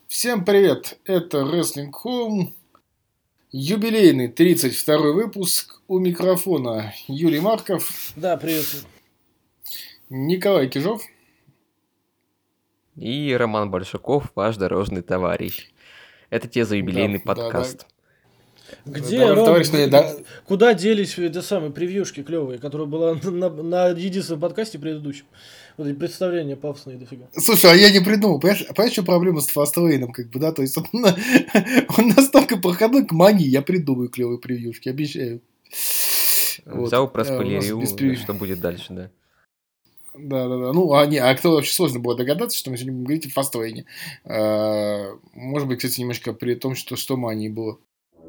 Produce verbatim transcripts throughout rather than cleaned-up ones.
Всем привет, это Wrestling Home, юбилейный тридцать второй выпуск, у микрофона Юрий Марков. Да, привет. Николай Кижов. И Роман Большаков, ваш дорожный товарищ. Это те за юбилейный да, подкаст. Да, да. Где, да, Ром, товарищ, где, да. Куда делись эти самые превьюшки клевые, которые была на, на единственном подкасте предыдущем? Вот эти представления пафосные дофига. Слушай, а я не придумал. Понимаешь, понимаешь, что проблема с Фастлейном, как бы, да? То есть он, он настолько проходной к мании, я придумаю клевые превьюшки, обещаю. Взял, вот. Проспойлерил, без... что будет дальше, да. Да, да, да. Ну, а, не, а кто вообще сложно было догадаться, что мы сегодня будем говорить о Фастлейне. А, может быть, кстати, немножко при том, что что мании было.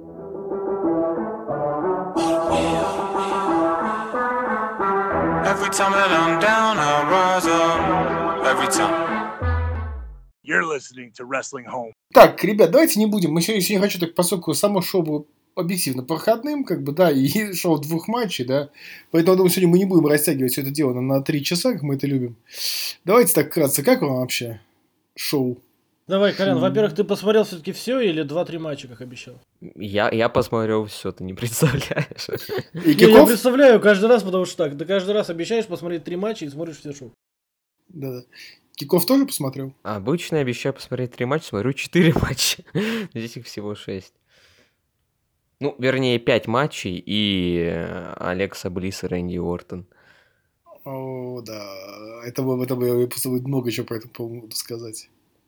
Every time that I'm down, I rise up. Every time. You're listening to Wrestling Home. Так, ребят, давайте не будем. Мы сегодня, сегодня хочу так, поскольку само шоу было объективно проходным, как бы, да, и шоу двух матчей, да. Поэтому, думаю, сегодня мы не будем растягивать все это дело на, на три часа, как мы это любим. Давайте так вкратце, как вам вообще шоу? Давай, Колян, mm. во-первых, ты посмотрел все-таки все или два-три матча, как обещал? Я, я посмотрел все, ты не представляешь. И не, я представляю каждый раз, потому что так, ты каждый раз обещаешь посмотреть три матча и смотришь все шоу. Да-да. Киков тоже посмотрел? Обычно я обещаю посмотреть три матча, смотрю четыре матча. Здесь их всего шесть. Ну, вернее, пять матчей и Алекса Блисс и Рэнди Уортон. О, да. Это бы, это бы я просто много чего по этому поводу сказать.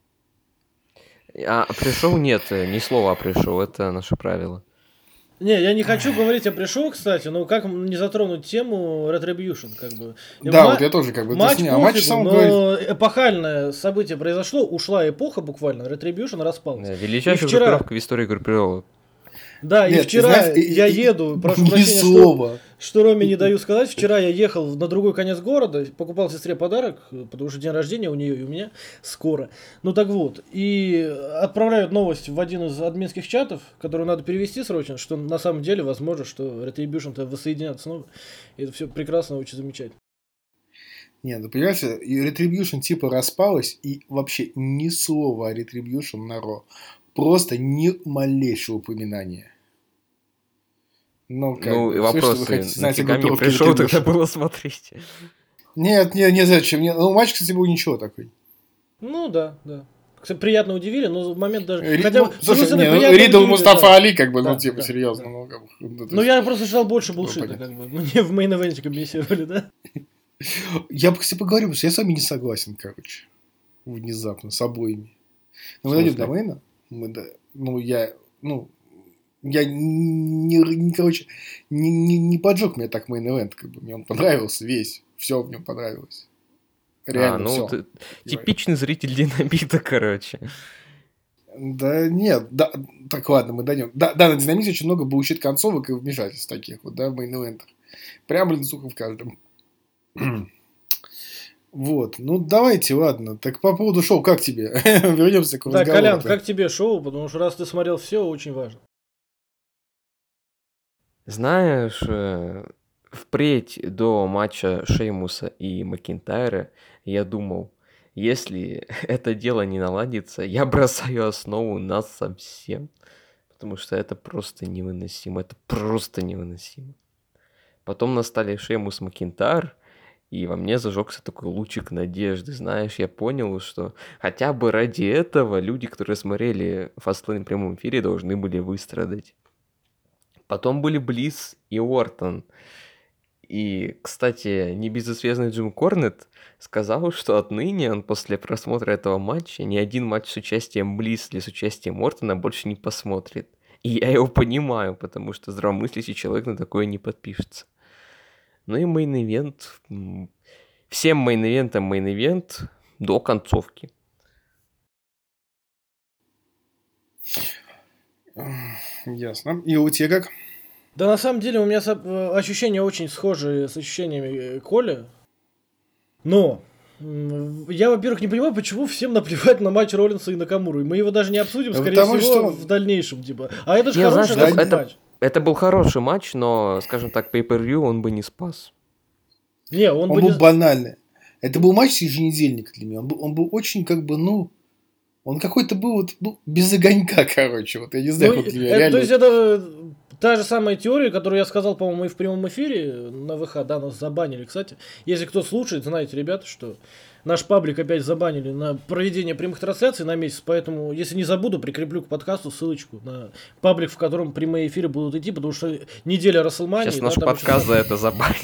А пришел нет, ни слова пришел, это наше правило. Не, я не хочу говорить о пришел, кстати, но как не затронуть тему Retribution, как бы. Да, Ма- вот я тоже как бы. Матч пофигу, а матч сам но говорит... эпохальное событие произошло, ушла эпоха буквально, Retribution распался. Да, величайшая вчера... группировка в истории группировок. Да, Нет, и вчера знаешь, я и, еду, прошу ни прощения, слова. что, что Роме не даю сказать. Вчера я ехал на другой конец города, покупал сестре подарок, потому что день рождения у нее и у меня скоро. Ну так вот, и отправляют новость в один из админских чатов, которую надо перевести срочно, что на самом деле возможно, что Retribution-то воссоединятся снова. И это все прекрасно, очень замечательно. Нет, ну понимаешь, и Retribution типа распалась, и вообще ни слова о Retribution на Ро. Просто ни малейшего упоминания. Ну, ну и вопрос, нафига мне пришел тогда было смотреть? Нет, нет, не зачем. Ну, матч, кстати, был ничего такой. Ну, да, да. Кстати, приятно удивили, но в момент даже... Ри... Хотя, ну, слушай, не, ну, Ридл Мустафа да. Али, как бы, да, ну, типа, да, серьезно. Да. Ну, как бы, ну, ну, я просто ждал больше булшита, как бы. Мне в мейн-эвенте комментировали, да? Я, кстати, поговорю, потому что я с вами не согласен, короче. Внезапно, с обоими. Но мы дойдем до мейна. Мы, да, ну, я, ну, я не, не короче, не, не, не поджег меня так мейн-эвент, как бы, мне он понравился весь, все в нем понравилось. Реально, а, ну, все. Ты, типичный зритель Динамита, короче. Да нет, да, так ладно, мы дойдем. Да, да, на Динамите очень много булщит концовок и вмешательств таких вот, да, в мейн-эвентах. Прям, блин, сука, в каждом. Вот, ну давайте, ладно. Так по поводу шоу, как тебе? Вернемся к разговору. Да, Колян, как тебе шоу? Потому что раз ты смотрел все, очень важно. Знаешь, впредь до матча Шеймуса и Макинтайра я думал, если это дело не наладится, я бросаю основу на совсем. Потому что это просто невыносимо. Это просто невыносимо. Потом настали Шеймус Макинтайр. И во мне зажегся такой лучик надежды, знаешь, я понял, что хотя бы ради этого люди, которые смотрели Fastlane в прямом эфире, должны были выстрадать. Потом были Блисс и Уортон. И, кстати, небезызвестный Джим Корнет сказал, что отныне он после просмотра этого матча ни один матч с участием Блисс или с участием Уортона больше не посмотрит. И я его понимаю, потому что здравомыслящий человек на такое не подпишется. Ну и мейн-ивент. Всем мейн-ивентам мейн-ивент до концовки. Ясно. И у тебя как? Да на самом деле у меня ощущения очень схожие с ощущениями Коли. Но я, во-первых, не понимаю, почему всем наплевать на матч Роллинса и Накамуру. Мы его даже не обсудим, скорее Потому всего, что... в дальнейшем. Типа. А это же не, хороший знаешь, это, матч. Это был хороший матч, но, скажем так, pay-per-view он бы не спас. Не, он, он бы был не... банальный. Это был матч еженедельника для меня. Он был, он был очень как бы, ну, Он какой-то был вот, ну, без огонька, короче. Вот я не знаю, Ну, вот это, реально... то есть это та же самая теория, которую я сказал, по-моему, и в прямом эфире на ВХ, да, нас забанили, кстати. Если кто слушает, знаете, ребята, что наш паблик опять забанили на проведение прямых трансляций на месяц, поэтому, если не забуду, прикреплю к подкасту ссылочку на паблик, в котором прямые эфиры будут идти, потому что неделя Расселмании... Сейчас наш да, подкаст за это забанили.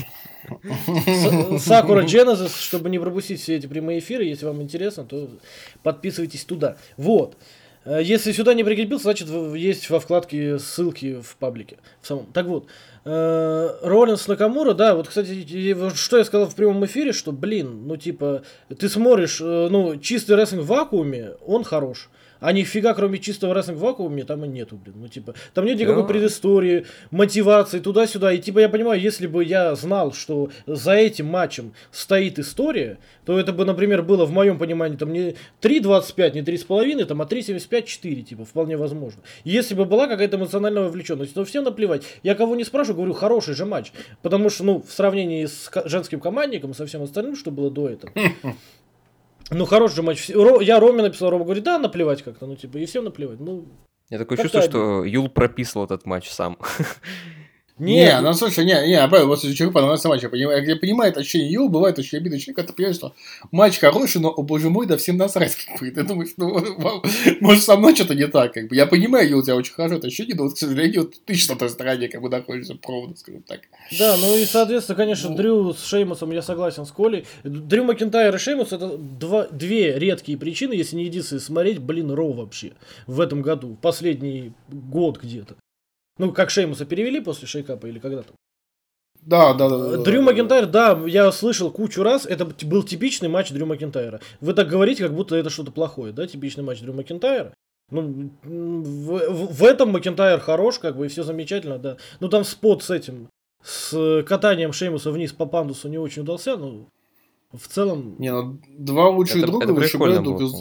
Сакура Genesis, чтобы не пропустить все эти прямые эфиры, если вам интересно, то подписывайтесь туда. Вот. Если сюда не прикрепился, значит есть во вкладке ссылки в паблике. В самом. Так вот, Роллинс Накамура, да, вот, кстати, что я сказал в прямом эфире, что, блин, ну, типа, ты смотришь, ну, чистый рестлинг в вакууме, он хорош. А нифига, кроме чистого рестлинга в вакууме, там и нету, блин. Ну, типа, там нет никакой yeah. предыстории, мотивации, туда-сюда. И, типа, я понимаю, если бы я знал, что за этим матчем стоит история, то это бы, например, было, в моем понимании, там, не три двадцать пять, не три с половиной, там, а три семьдесят пять четыре, типа, вполне возможно. И если бы была какая-то эмоциональная вовлеченность, то всем наплевать. Я кого не спрашиваю, говорю, хороший же матч. Потому что, ну, в сравнении с женским командником и со всем остальным, что было до этого... Ну, хороший же матч. Я Роме написал, Рома говорит, да, наплевать как-то, ну, типа, и всем наплевать. Ну, я такое чувство, что Юл прописал этот матч сам. Не, не, ну слушай, не, не, а вот человеку понравился матч, я понимаю, я понимаю это ощущение Юл, бывает очень обидно человек, когда ты понимаешь, что матч хороший, но, о боже мой, да всем насрать, как бы, ты думаешь, ну, может, со мной что-то не так, как бы, я понимаю, Юл, у тебя очень хорошо это ощущение, но, вот, к сожалению, вот, ты что-то в той стороне, как бы, находишься проводом, скажем так. Да, ну и, соответственно, конечно, ну... Дрю с Шеймусом, я согласен с Колей, Дрю Макинтайр и Шеймус, это два, две редкие причины, если не единственные, смотреть, блин, Роу вообще, в этом году, последний год где-то. Ну, как Шеймуса перевели после шейкапа или когда-то? Да, да, да. Дрю Макинтайр, да, я слышал кучу раз, это был типичный матч Дрю Макинтайра. Вы так говорите, как будто это что-то плохое, да, типичный матч Дрю Макинтайра. Ну, в, в, в этом Макинтайр хорош, как бы, и все замечательно, да. Ну, там спот с этим, с катанием Шеймуса вниз по пандусу не очень удался, но в целом... Не, ну, два лучших это, друга это вышибают друг из...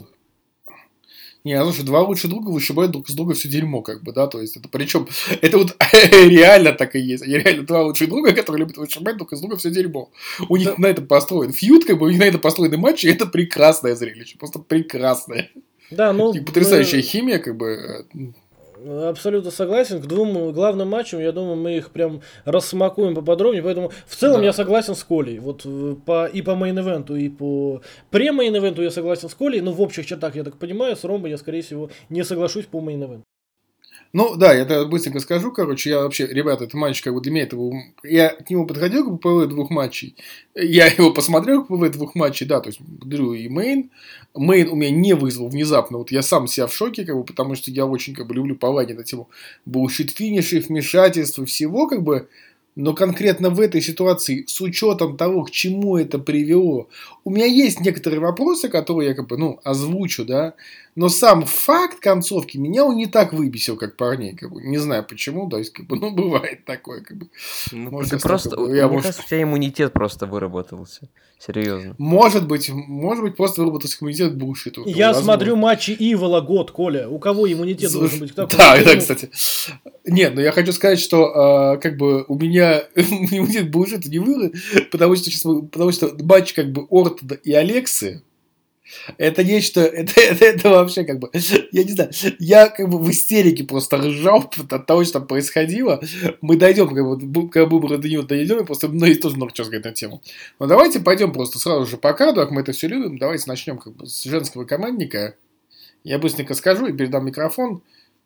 Не, слушай, два лучших друга вышибают друг из друга все дерьмо, как бы, да, то есть, это причем, это вот реально так и есть, они реально два лучших друга, которые любят вышибать друг из друга все дерьмо. У них да. на этом построен фьюд, как бы, у них на этом построены матчи, и это прекрасное зрелище, просто прекрасное. Да, ну... И потрясающая мы... химия, как бы... Абсолютно согласен. К двум главным матчам, я думаю, мы их прям рассмакуем поподробнее. Поэтому в целом да. я согласен с Колей. Вот по, и по мейн-ивенту, и по пре-мейн-ивенту я согласен с Колей. Но в общих чертах, я так понимаю, с Ромбой я, скорее всего, не соглашусь по мейн-ивенту. Ну, да, я это быстренько скажу, короче, я вообще, ребята, этот матч, как бы, для меня это был... Я к нему подходил к ПВ двух матчей, я его посмотрел к ПВ двух матчей, да, то есть, Дрю и Мейн. Мейн у меня не вызвал внезапно, вот я сам себя в шоке, как бы, потому что я очень, как бы, люблю поваги на тему булшит-финишей, вмешательства, всего, как бы, но конкретно в этой ситуации, с учетом того, к чему это привело, у меня есть некоторые вопросы, которые я, как бы, ну, озвучу, да, но сам факт концовки меня он не так выбесил, как парней, как бы, не знаю почему, то есть, как бы, ну, бывает такое, как бы. Ну, может, ты просто, как бы, я, мне может... кажется, у тебя иммунитет просто выработался, серьезно. Может быть, может быть, просто выработался иммунитет к булшиту. Я возможно. Смотрю матчи Ивола год, Коля, у кого иммунитет Слушай, должен быть? К да, да, кстати. Нет, но я хочу сказать, что, э, как бы, у меня иммунитет к булшиту не вырос, потому что, сейчас, потому что матч, как бы, Ортона и Алексы, это нечто, это, это, это вообще как бы, я не знаю, я как бы в истерике просто ржал от того, что там происходило. Мы дойдем, как бы, когда мы до него дойдем, просто, ну, есть тоже много чего сказать на эту тему. Но давайте пойдем просто сразу же по карду, как мы это все любим, давайте начнем как бы с женского командника. Я быстренько скажу и передам микрофон.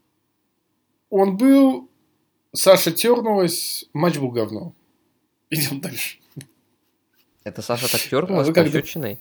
Он был, Саша тернулась, матч был говно. Идем дальше. Это Саша так тернулась а пощечиной?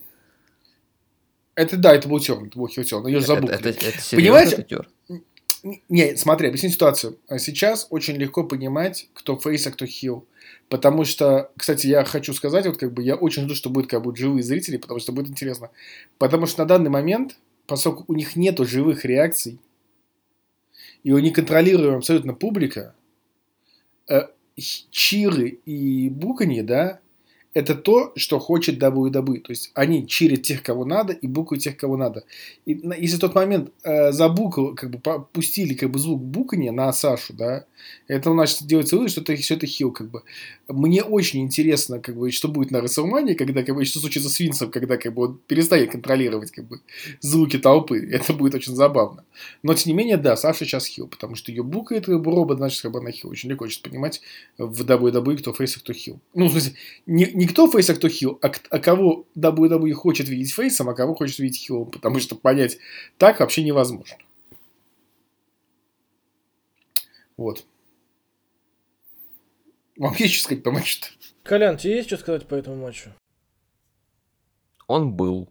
Это да, это был терн, это был хилтерн, ее забукли. Это, это, это Понимаете? Это терн? Не, смотри, объясни ситуацию. Сейчас очень легко понимать, кто фейс, а кто хил. Потому что, кстати, я хочу сказать, вот как бы я очень жду, что будет, как будут живые зрители, потому что будет интересно. Потому что на данный момент, поскольку у них нету живых реакций, и у них контролируемая абсолютно публика, э, чиры и буканье, да, это то, что хочет дабл ю дабл ю и. То есть они чирят тех, кого надо, и букают тех, кого надо. И на, если в тот момент э, забукал, как бы пустили как бы, звук букания на Сашу, да, это значит делается вывод, что это, что это хил. Как бы. Мне очень интересно, как бы, что будет на WrestleMania, когда как бы, что случится с Винсом, когда как бы, он перестанет контролировать как бы, звуки толпы. Это будет очень забавно. Но тем не менее, да, Саша сейчас хил, потому что ее букает как бы, робот, значит, как бы она хил. Очень легко хочет понимать в дабл ю дабл ю и кто фейс, а кто хил. Ну, в смысле, не, не кто фейс, а кто хил, а, а кого дабл ю дабл ю хочет видеть фейсом, а кого хочет видеть хилом. Потому что понять так вообще невозможно. Вот. Вам есть что сказать по матчу-то? Колян, тебе есть что сказать по этому матчу? Он был.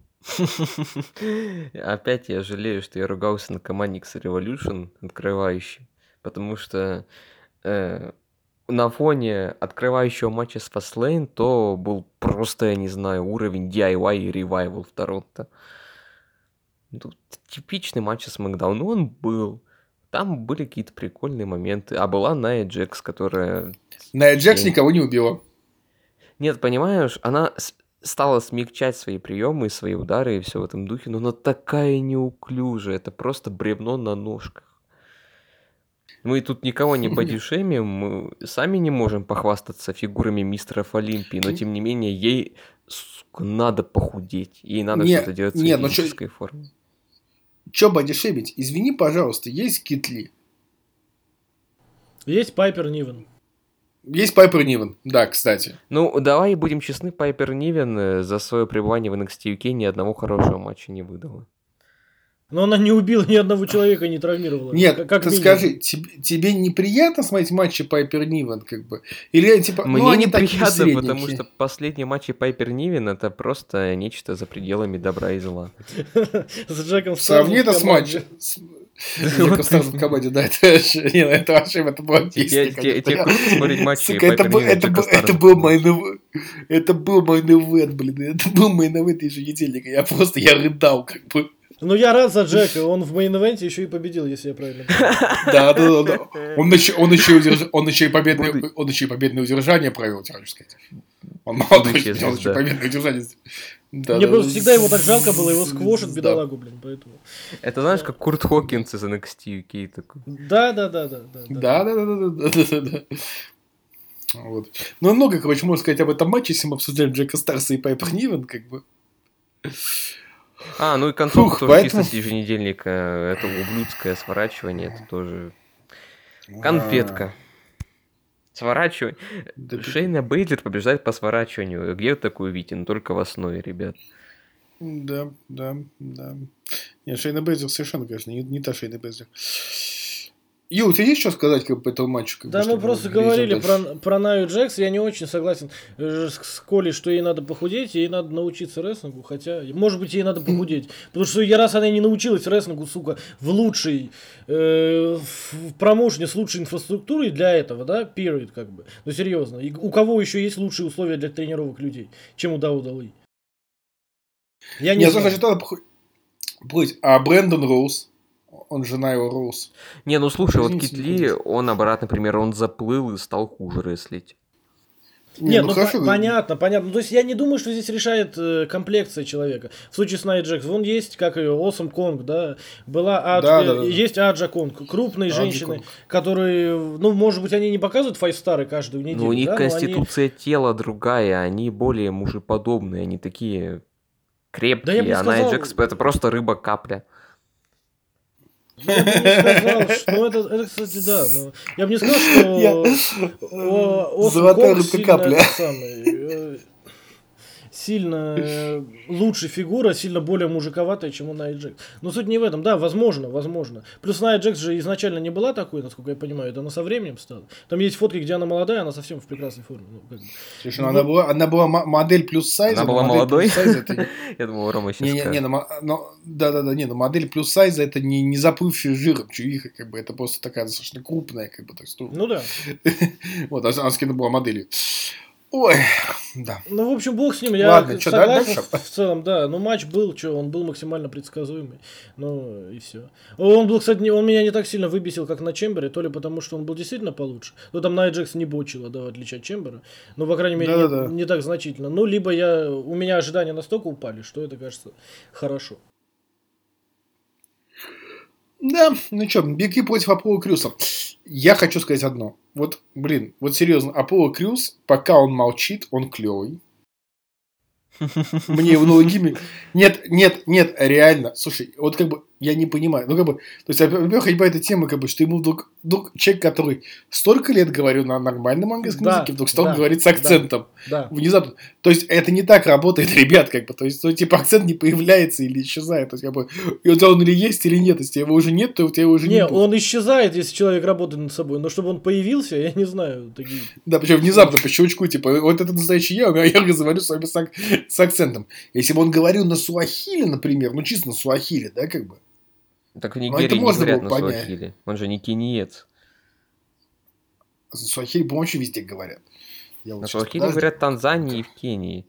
Опять я жалею, что я ругался на Командикс Revolution открывающий, потому что э, на фоне открывающего матча с Fastlane то был просто, я не знаю, уровень ди ай вай и Revival в Торонто. Тут типичный матч с Макдаун, но он был. Там были какие-то прикольные моменты. А была Найя Джекс, которая... Найя Джекс я... никого не убила. Нет, понимаешь, она стала смягчать свои приемы, свои удары и все в этом духе, но она такая неуклюжая. Это просто бревно на ножках. Мы тут никого не бодишемим, мы сами не можем похвастаться фигурами мистеров Олимпии, но тем не менее ей, сука, надо похудеть. Ей надо нет, что-то делать в своей физической чё... форме. Чё бодишемить? Извини, пожалуйста, есть Кит Ли. Есть Пайпер Нивен. Есть Пайпер Нивен, да, кстати. Ну, давай будем честны, Пайпер Нивен за свое пребывание в эн экс ти ю кей ни одного хорошего матча не выдала. Но она не убила ни одного человека, не травмировала. Нет, как, как ты минимум. Скажи, тебе, тебе неприятно смотреть матчи Пайпер Нивен, как бы? Или типа, мне ну, неприятно, потому что последние матчи Пайпер Нивен это просто нечто за пределами добра и зла. С Джеком Сравни это с матчем. Джеком Старсом в команде, да, это вообще, это было песня. Тебе круто смотреть матчи Пайпер Нивен и Джека Старса? Это был мой это был мой ивент, блин, это был мой ивент еженедельника. Я просто, я рыдал, как бы. Ну, я рад за Джека, он в мейн-ивенте еще и победил, если я правильно понимаю. Да, да, да. Он еще, он еще, удерж... он еще и победное, он еще и победное удержание провел, тебе хочу сказать. Он молодой, он еще победное удержание. Да, Мне да, просто да. всегда его так жалко было, его сквошит бедолагу, блин, поэтому. Это знаешь, как Курт Хокинс из эн экс ти ю кей такой. Да, да, да, да, да. Да, да, да, да, да, да, да. Вот. Ну, много, короче, можно сказать об этом матче, если мы обсуждаем Джека Старса и Пайпер Нивен, как бы. А, ну и концовка Фух, тоже поэтому... чисто с еженедельника. Это ублюдское сворачивание, это тоже конфетка. Сворачивание. Да, Шейна Бейджер побеждает по сворачиванию. Где вы такую видите? Ну, только в основе, ребят. Да, да, да. Нет, Шейна Бейджер совершенно, конечно, не, не та Шейна Бейджер. Ю, у тебя есть что сказать как, по этому матчу? Как да, бы, мы просто говорили про, про Найю Джекс. Я не очень согласен с Колей, что ей надо похудеть, ей надо научиться рестлингу. Хотя, может быть, ей надо похудеть. Потому что я раз она не научилась рестлингу, сука, в лучшей э, в промоушене с лучшей инфраструктурой для этого, да, period, как бы. Ну, серьезно. И у кого еще есть лучшие условия для тренировок людей, чем у Дауда Ли? Я не, не знаю. Значит, надо похудеть. А Брэндон Роуз? Он же Найла Роуз. Не, ну слушай, вот Кит Ли, он обратно, например, он заплыл и стал хуже рестлить. Не, Нет, ну, ну по- понятно, понятно. То есть я не думаю, что здесь решает э, комплекция человека. В случае с Найей Джекс, вон есть, как ее, Awesome Kong, да, была Ад... да, да, да, есть Аджа Конг, крупные Аджа женщины, Конг. Которые, ну, может быть, они не показывают файв-стары каждую неделю. Ну, у них да, конституция они... тела другая, они более мужеподобные, они такие крепкие, да, а сказал... Найя Джекс это просто рыба-капля. Я бы не сказал, что... Ну, это, это, кстати, да. Но... Я бы не сказал, что... Я... Золотая рыбка капля. Самый... Сильно лучше фигура, сильно более мужиковатая, чем у Найи Джекс. Но суть не в этом. Да, возможно, возможно. Плюс Найя Джекс же изначально не была такой, насколько я понимаю. Это она со временем стала. Там есть фотки, где она молодая, она совсем в прекрасной форме. Ну, как бы. Слушай, ну, она, была, она была модель плюс сайз. Она была молодой? Я думал, Рома сейчас скажет. Не, не, да-да-да, не, но модель плюс сайза это не, не заплывшая жиром чувиха, как бы, это просто такая достаточно крупная, как бы, так что... Ну да. Вот, она скина была моделью. Ой, да. Ну, в общем, бог с ним. Я Ладно, что, согласен дальше? в целом, да. Но матч был, что, он был максимально предсказуемый. Ну, и все. Он был, кстати, не, он меня не так сильно выбесил, как на Чембере, то ли потому, что он был действительно получше. Ну, там Найя Джекс не бочила, да, в отличие от Чембера. Но, по крайней мере, Да-да-да. не, не так значительно. Ну, либо я, у меня ожидания настолько упали, что это кажется хорошо. Да, ну что, Биг И против Аполло Крюса. Я хочу сказать одно. Вот, блин, вот серьезно, Аполло Крюс, пока он молчит, он клевый. Мне его новый гиммик... Нет, нет, нет, реально. Слушай, вот как бы я не понимаю. Ну, как бы, то есть, во-первых, я понимаю этой темы, как бы, что ему вдруг, вдруг человек, который столько лет говорил на нормальном английском Да, языке, вдруг стал да, говорить с акцентом. Да. Внезапно. То есть, это не так работает, ребят, как бы. То есть, ну, типа, акцент не появляется или исчезает. То есть, как бы, и у тебя он или есть, или нет. Если его уже нет, то у тебя его уже не, не будет. Он исчезает, если человек работает над собой. Но чтобы он появился, я не знаю. Такие... Да, причем внезапно по щелчку, типа, вот это настоящий я, я говорю с вами с, ак- с акцентом. Если бы он говорил на суахили, например, ну чисто на суахили, да, как бы. Так в Ну, Нигерии это не можно говорят было на понять. суахили. Он же не кениец. На суахили, по-моему, вообще везде говорят. Я вот На сейчас суахили подожди. говорят в Танзании и в Кении.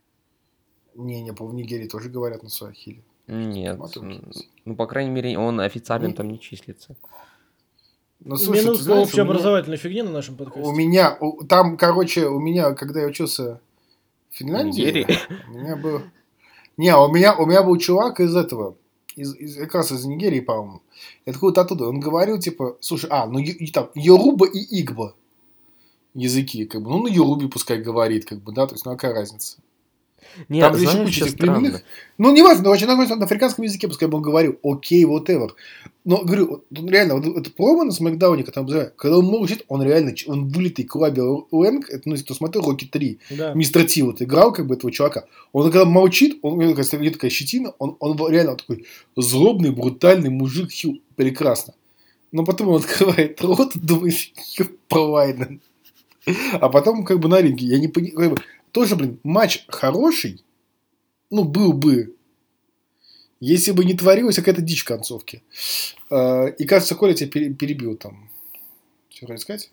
Не-не, по в Нигерии тоже говорят на суахили. Нет. Смотрю, м, Ну, по крайней мере, он официально Не- там не числится. Ну, слушай, ты Минутку знаешь, у меня, общеобразовательной фигни на нашем у подкасте. меня, у- там, короче, у меня, когда я учился в В Финляндии, Нигерии? у меня был... Не, у меня, у меня был чувак из этого, из, из- как раз из Нигерии, по-моему. Откуда-то оттуда. Он говорил, типа, слушай, а, ну, ю- и там, Йоруба и Игба языки, как бы, ну, на Йорубе пускай говорит, как бы, да, то есть, ну, какая разница? Нет, Там же еще знаешь, куча что этих племенных. странно? Ну, не важно, очень на, на африканском языке, пускай бы он говорил, окей, whatever. Но, говорю, вот, ну, реально, вот это промо на Смакдауне, когда он, называет, когда он молчит, он реально, ч- он вылитый Клаби Лэнг, это, ну, если кто смотрел Рокки три, Да. мистер Ти вот играл, как бы, этого чувака, он когда молчит, он, у него такая, стоит такая щетина, он, он реально вот такой злобный, брутальный мужик, хью, прекрасно. Но потом он открывает рот, думаешь, ёпалайна. А потом, как бы, на ринге, я не понимаю, как бы, тоже, блин, матч хороший, ну, был бы, если бы не творилась какая-то дичь в концовке. Э, И, кажется, Коля тебя пере- перебил там. Что хотел сказать?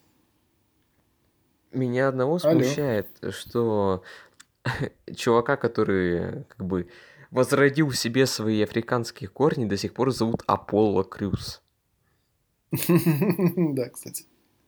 Меня одного Алло. смущает, что чувака, который как бы возродил в себе свои африканские корни, до сих пор зовут Аполло Крюс. Да, кстати.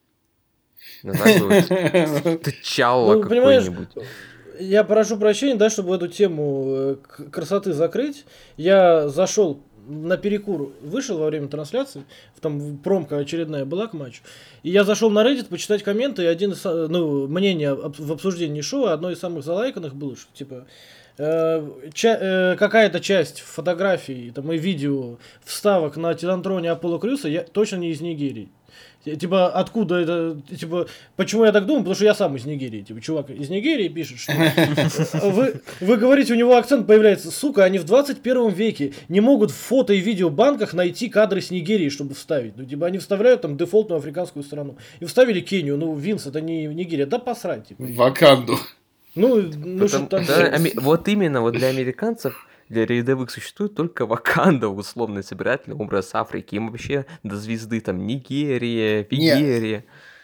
Назвать бы вот Тчалла Ну, понимаешь, какой-нибудь. я прошу прощения, да, чтобы эту тему э, к- красоты закрыть. Я зашел на перекур, вышел во время трансляции, в- там промка очередная была к матчу, и я зашел на Reddit почитать комменты, и один из, са- ну, мнение об- в обсуждении шоу, одно из самых залайканных было, что типа э, ча- э, какая-то часть фотографий там, и видео вставок на Титантроне Аполло Крюса я, точно не из Нигерии. Т- Типа, откуда это, типа, почему я так думаю? Потому что я сам из Нигерии. Типа, чувак из Нигерии пишет, что э, вы, вы говорите, у него акцент появляется. Сука, они в двадцать первом веке не могут в фото и видеобанках найти кадры с Нигерии, чтобы вставить. Ну, типа, они вставляют там дефолтную африканскую страну. И вставили Кению. Ну, Винс, это не Нигерия. Да посрать, типа. Ваканду. Ну, ну что Потому- там... да, ами- вот именно вот для американцев, для рядовых существует только Ваканда, условный собирательный образ Африки. Им вообще до звезды там Нигерия, Фигерия.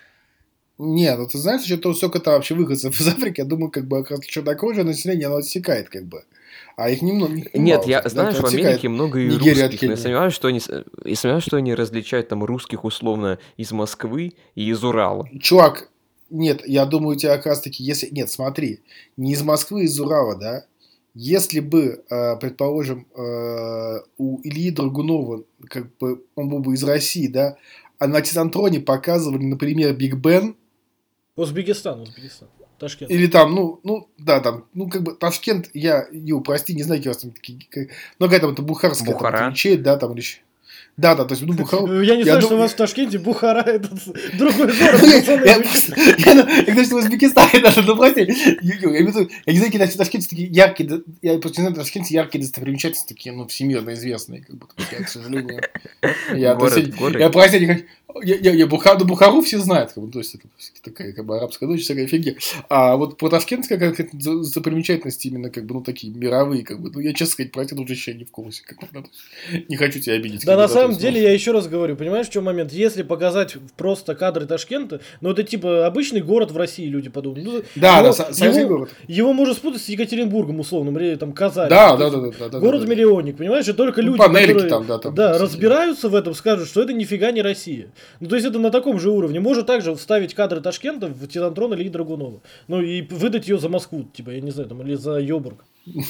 Не, ну ты знаешь, что столько-то вообще выходцев из Африки, я думаю, как бы, как чернокожее население, оно отсекает, как бы. А их немного. их Нет, немало, я, кстати, да, знаешь, это в отсекает Америке много и Нигерию от русских, но я Кении. сомневаюсь, что они, с- я сомневаюсь, что они различают там русских условно из Москвы и из Урала. Чувак, нет, я думаю, у тебя как раз таки, если... Нет, смотри, не из Москвы, из Урала, да? Если бы, э, предположим, э, у Ильи Драгунова, как бы, он был бы из России, да, а на Титантроне показывали, например, Биг Бен, Узбекистан, Узбекистан. Ташкент. или там, ну, ну, да, там, ну, как бы, Ташкент, я, ю, прости, не знаю, какие у вас там такие, как- ну, какая там, это бухарская, там, Бухара. это ячейка, да, там, или еще... Да, да, то есть, ну, Бухару... Я не я знаю, что у думаю- вас в Ташкенте Бухара, это другой город. Ну, я- пацаны, я вы просто- я, ну, я говорю, что в Узбекистане даже, ну, прости, Ю- Ю, я имею в виду, я не знаю, какие в Ташкенте такие яркие, до- я просто не знаю, в Ташкенте яркие достопримечательности такие, ну, всемирно известные, как бы, я, к сожалению, я, то Город есть, в городе. я, прости, не хочу- Я, я, я Буха, ну, Бухару все знают, как бы, то есть это такая как бы арабская дочь, всякая фигня. А вот по Ташкентской как это запримечательности именно как бы, ну, такие мировые, как бы, ну, я, честно сказать, про это уже еще не в курсе. Как бы, ну, не хочу тебя обидеть. Да, на самом деле, я еще раз говорю, понимаешь, в чем момент? Если показать просто кадры Ташкента, ну, это типа обычный город в России, люди подумают. Ну, да, его, да, его, город. Его можно спутать с Екатеринбургом, условно, или там Казань. Да, да, да, да, да. Город-миллионник, понимаешь, и только ну, люди, которые там, да, там, да, разбираются в этом, скажут, что это нифига не Россия. Ну, то есть это на таком же уровне. Можно также вставить кадры Ташкента в Титантрон или Драгунова. Ну, и выдать ее за Москву, типа, я не знаю, там, или за Йобург.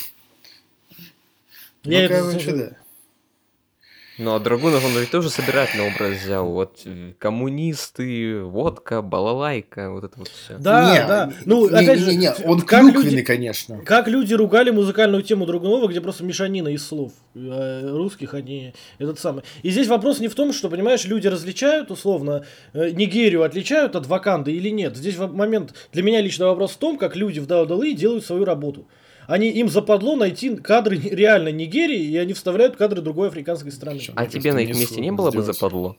Я это... Ну, а Драгунов, он ведь тоже собирательный образ взял. Вот коммунисты, водка, балалайка, вот это вот все. Да, не, да. Ну, не, опять не, же, не, не. Он клюквенный, люди, конечно. Как люди ругали музыкальную тему Драгунова, где просто мешанина из слов русских, а не этот самый. И здесь вопрос не в том, что, понимаешь, люди различают, условно, Нигерию отличают от Ваканды или нет. Здесь момент, для меня лично вопрос в том, как люди в дабл ю дабл ю и делают свою работу. Они, им западло найти кадры реально Нигерии, и они вставляют кадры другой африканской страны. А тебе на их месте не было сделать. бы западло?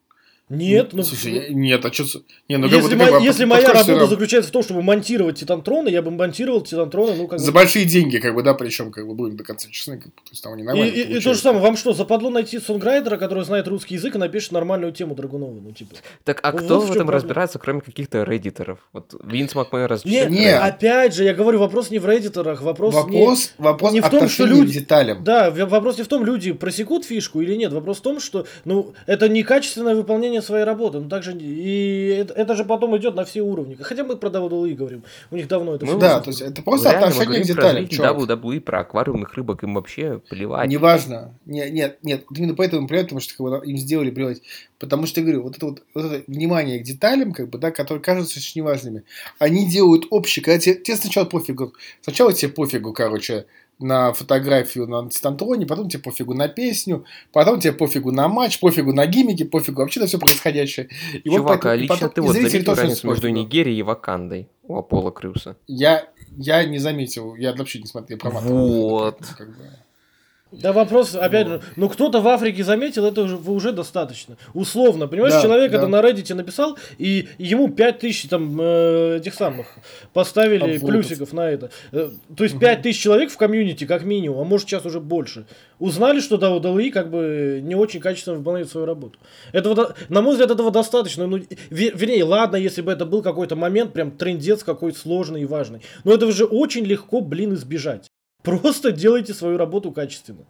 Нет, ну... Слушай, я, нет, а что... Не, ну, если как, мо- как, если моя работа раз... заключается в том, чтобы монтировать Титантроны, я бы монтировал Титантроны, ну, как За бы... большие деньги, как бы, да, причем, как бы, будем до конца честны, как бы, то есть там они нормально И, и, и то же самое, вам что, западло найти сонграйтера, который знает русский язык и напишет нормальную тему Драгунова, ну, типа... Так, а ну, кто в этом разбирается, кроме каких-то реддиторов? Вот Винс Макмен разбирается. Нет, нет, опять же, я говорю, вопрос не в реддиторах, вопрос, вопрос, не, вопрос не в том, что люди... к деталям. Да, вопрос не в том, люди просекут фишку или нет, вопрос в том, что, ну, это некачественное выполнение своей работы, ну, также и это, это же потом идет на все уровни. Хотя мы про дабл ю дабл ю и говорим. У них давно это ну, все. Да, то есть это просто реально отношение к деталям. Про дабл ю дабл ю и, про аквариумных рыбок им вообще плевать. Неважно. Нет, нет, нет. Именно поэтому им плевать, потому что как бы, им сделали плевать. Потому что, я говорю, вот это вот, вот это внимание к деталям, как бы, да, которые кажутся очень неважными, они делают общее. Когда тебе, тебе сначала пофигу. Сначала тебе пофигу, короче, на фотографию на Титантроне, потом тебе пофигу на песню, потом тебе пофигу на матч, пофигу на гиммики, пофигу вообще на все происходящее. И Чувак, вот поэтому, а лично потом, ты вот заметил разницу между Нигерией и Вакандой у Аполло Крюса? Я, я не заметил, я вообще не смотрел про Вот. Как бы... Да вопрос, опять же, ну кто-то в Африке заметил, это уже, уже достаточно. Условно, понимаешь, да, человек да. это на Reddit написал, и ему пять тысяч там э, этих самых поставили Обводов. плюсиков на это. Э, то есть пять тысяч человек в комьюнити, как минимум, а может сейчас уже больше, узнали, что дабл ю дабл ю и как бы не очень качественно выполняет свою работу. Этого, на мой взгляд, этого достаточно. Ну, вер, вернее, ладно, если бы это был какой-то момент, прям трындец какой-то сложный и важный. Но этого же очень легко, блин, избежать. Просто делайте свою работу качественно.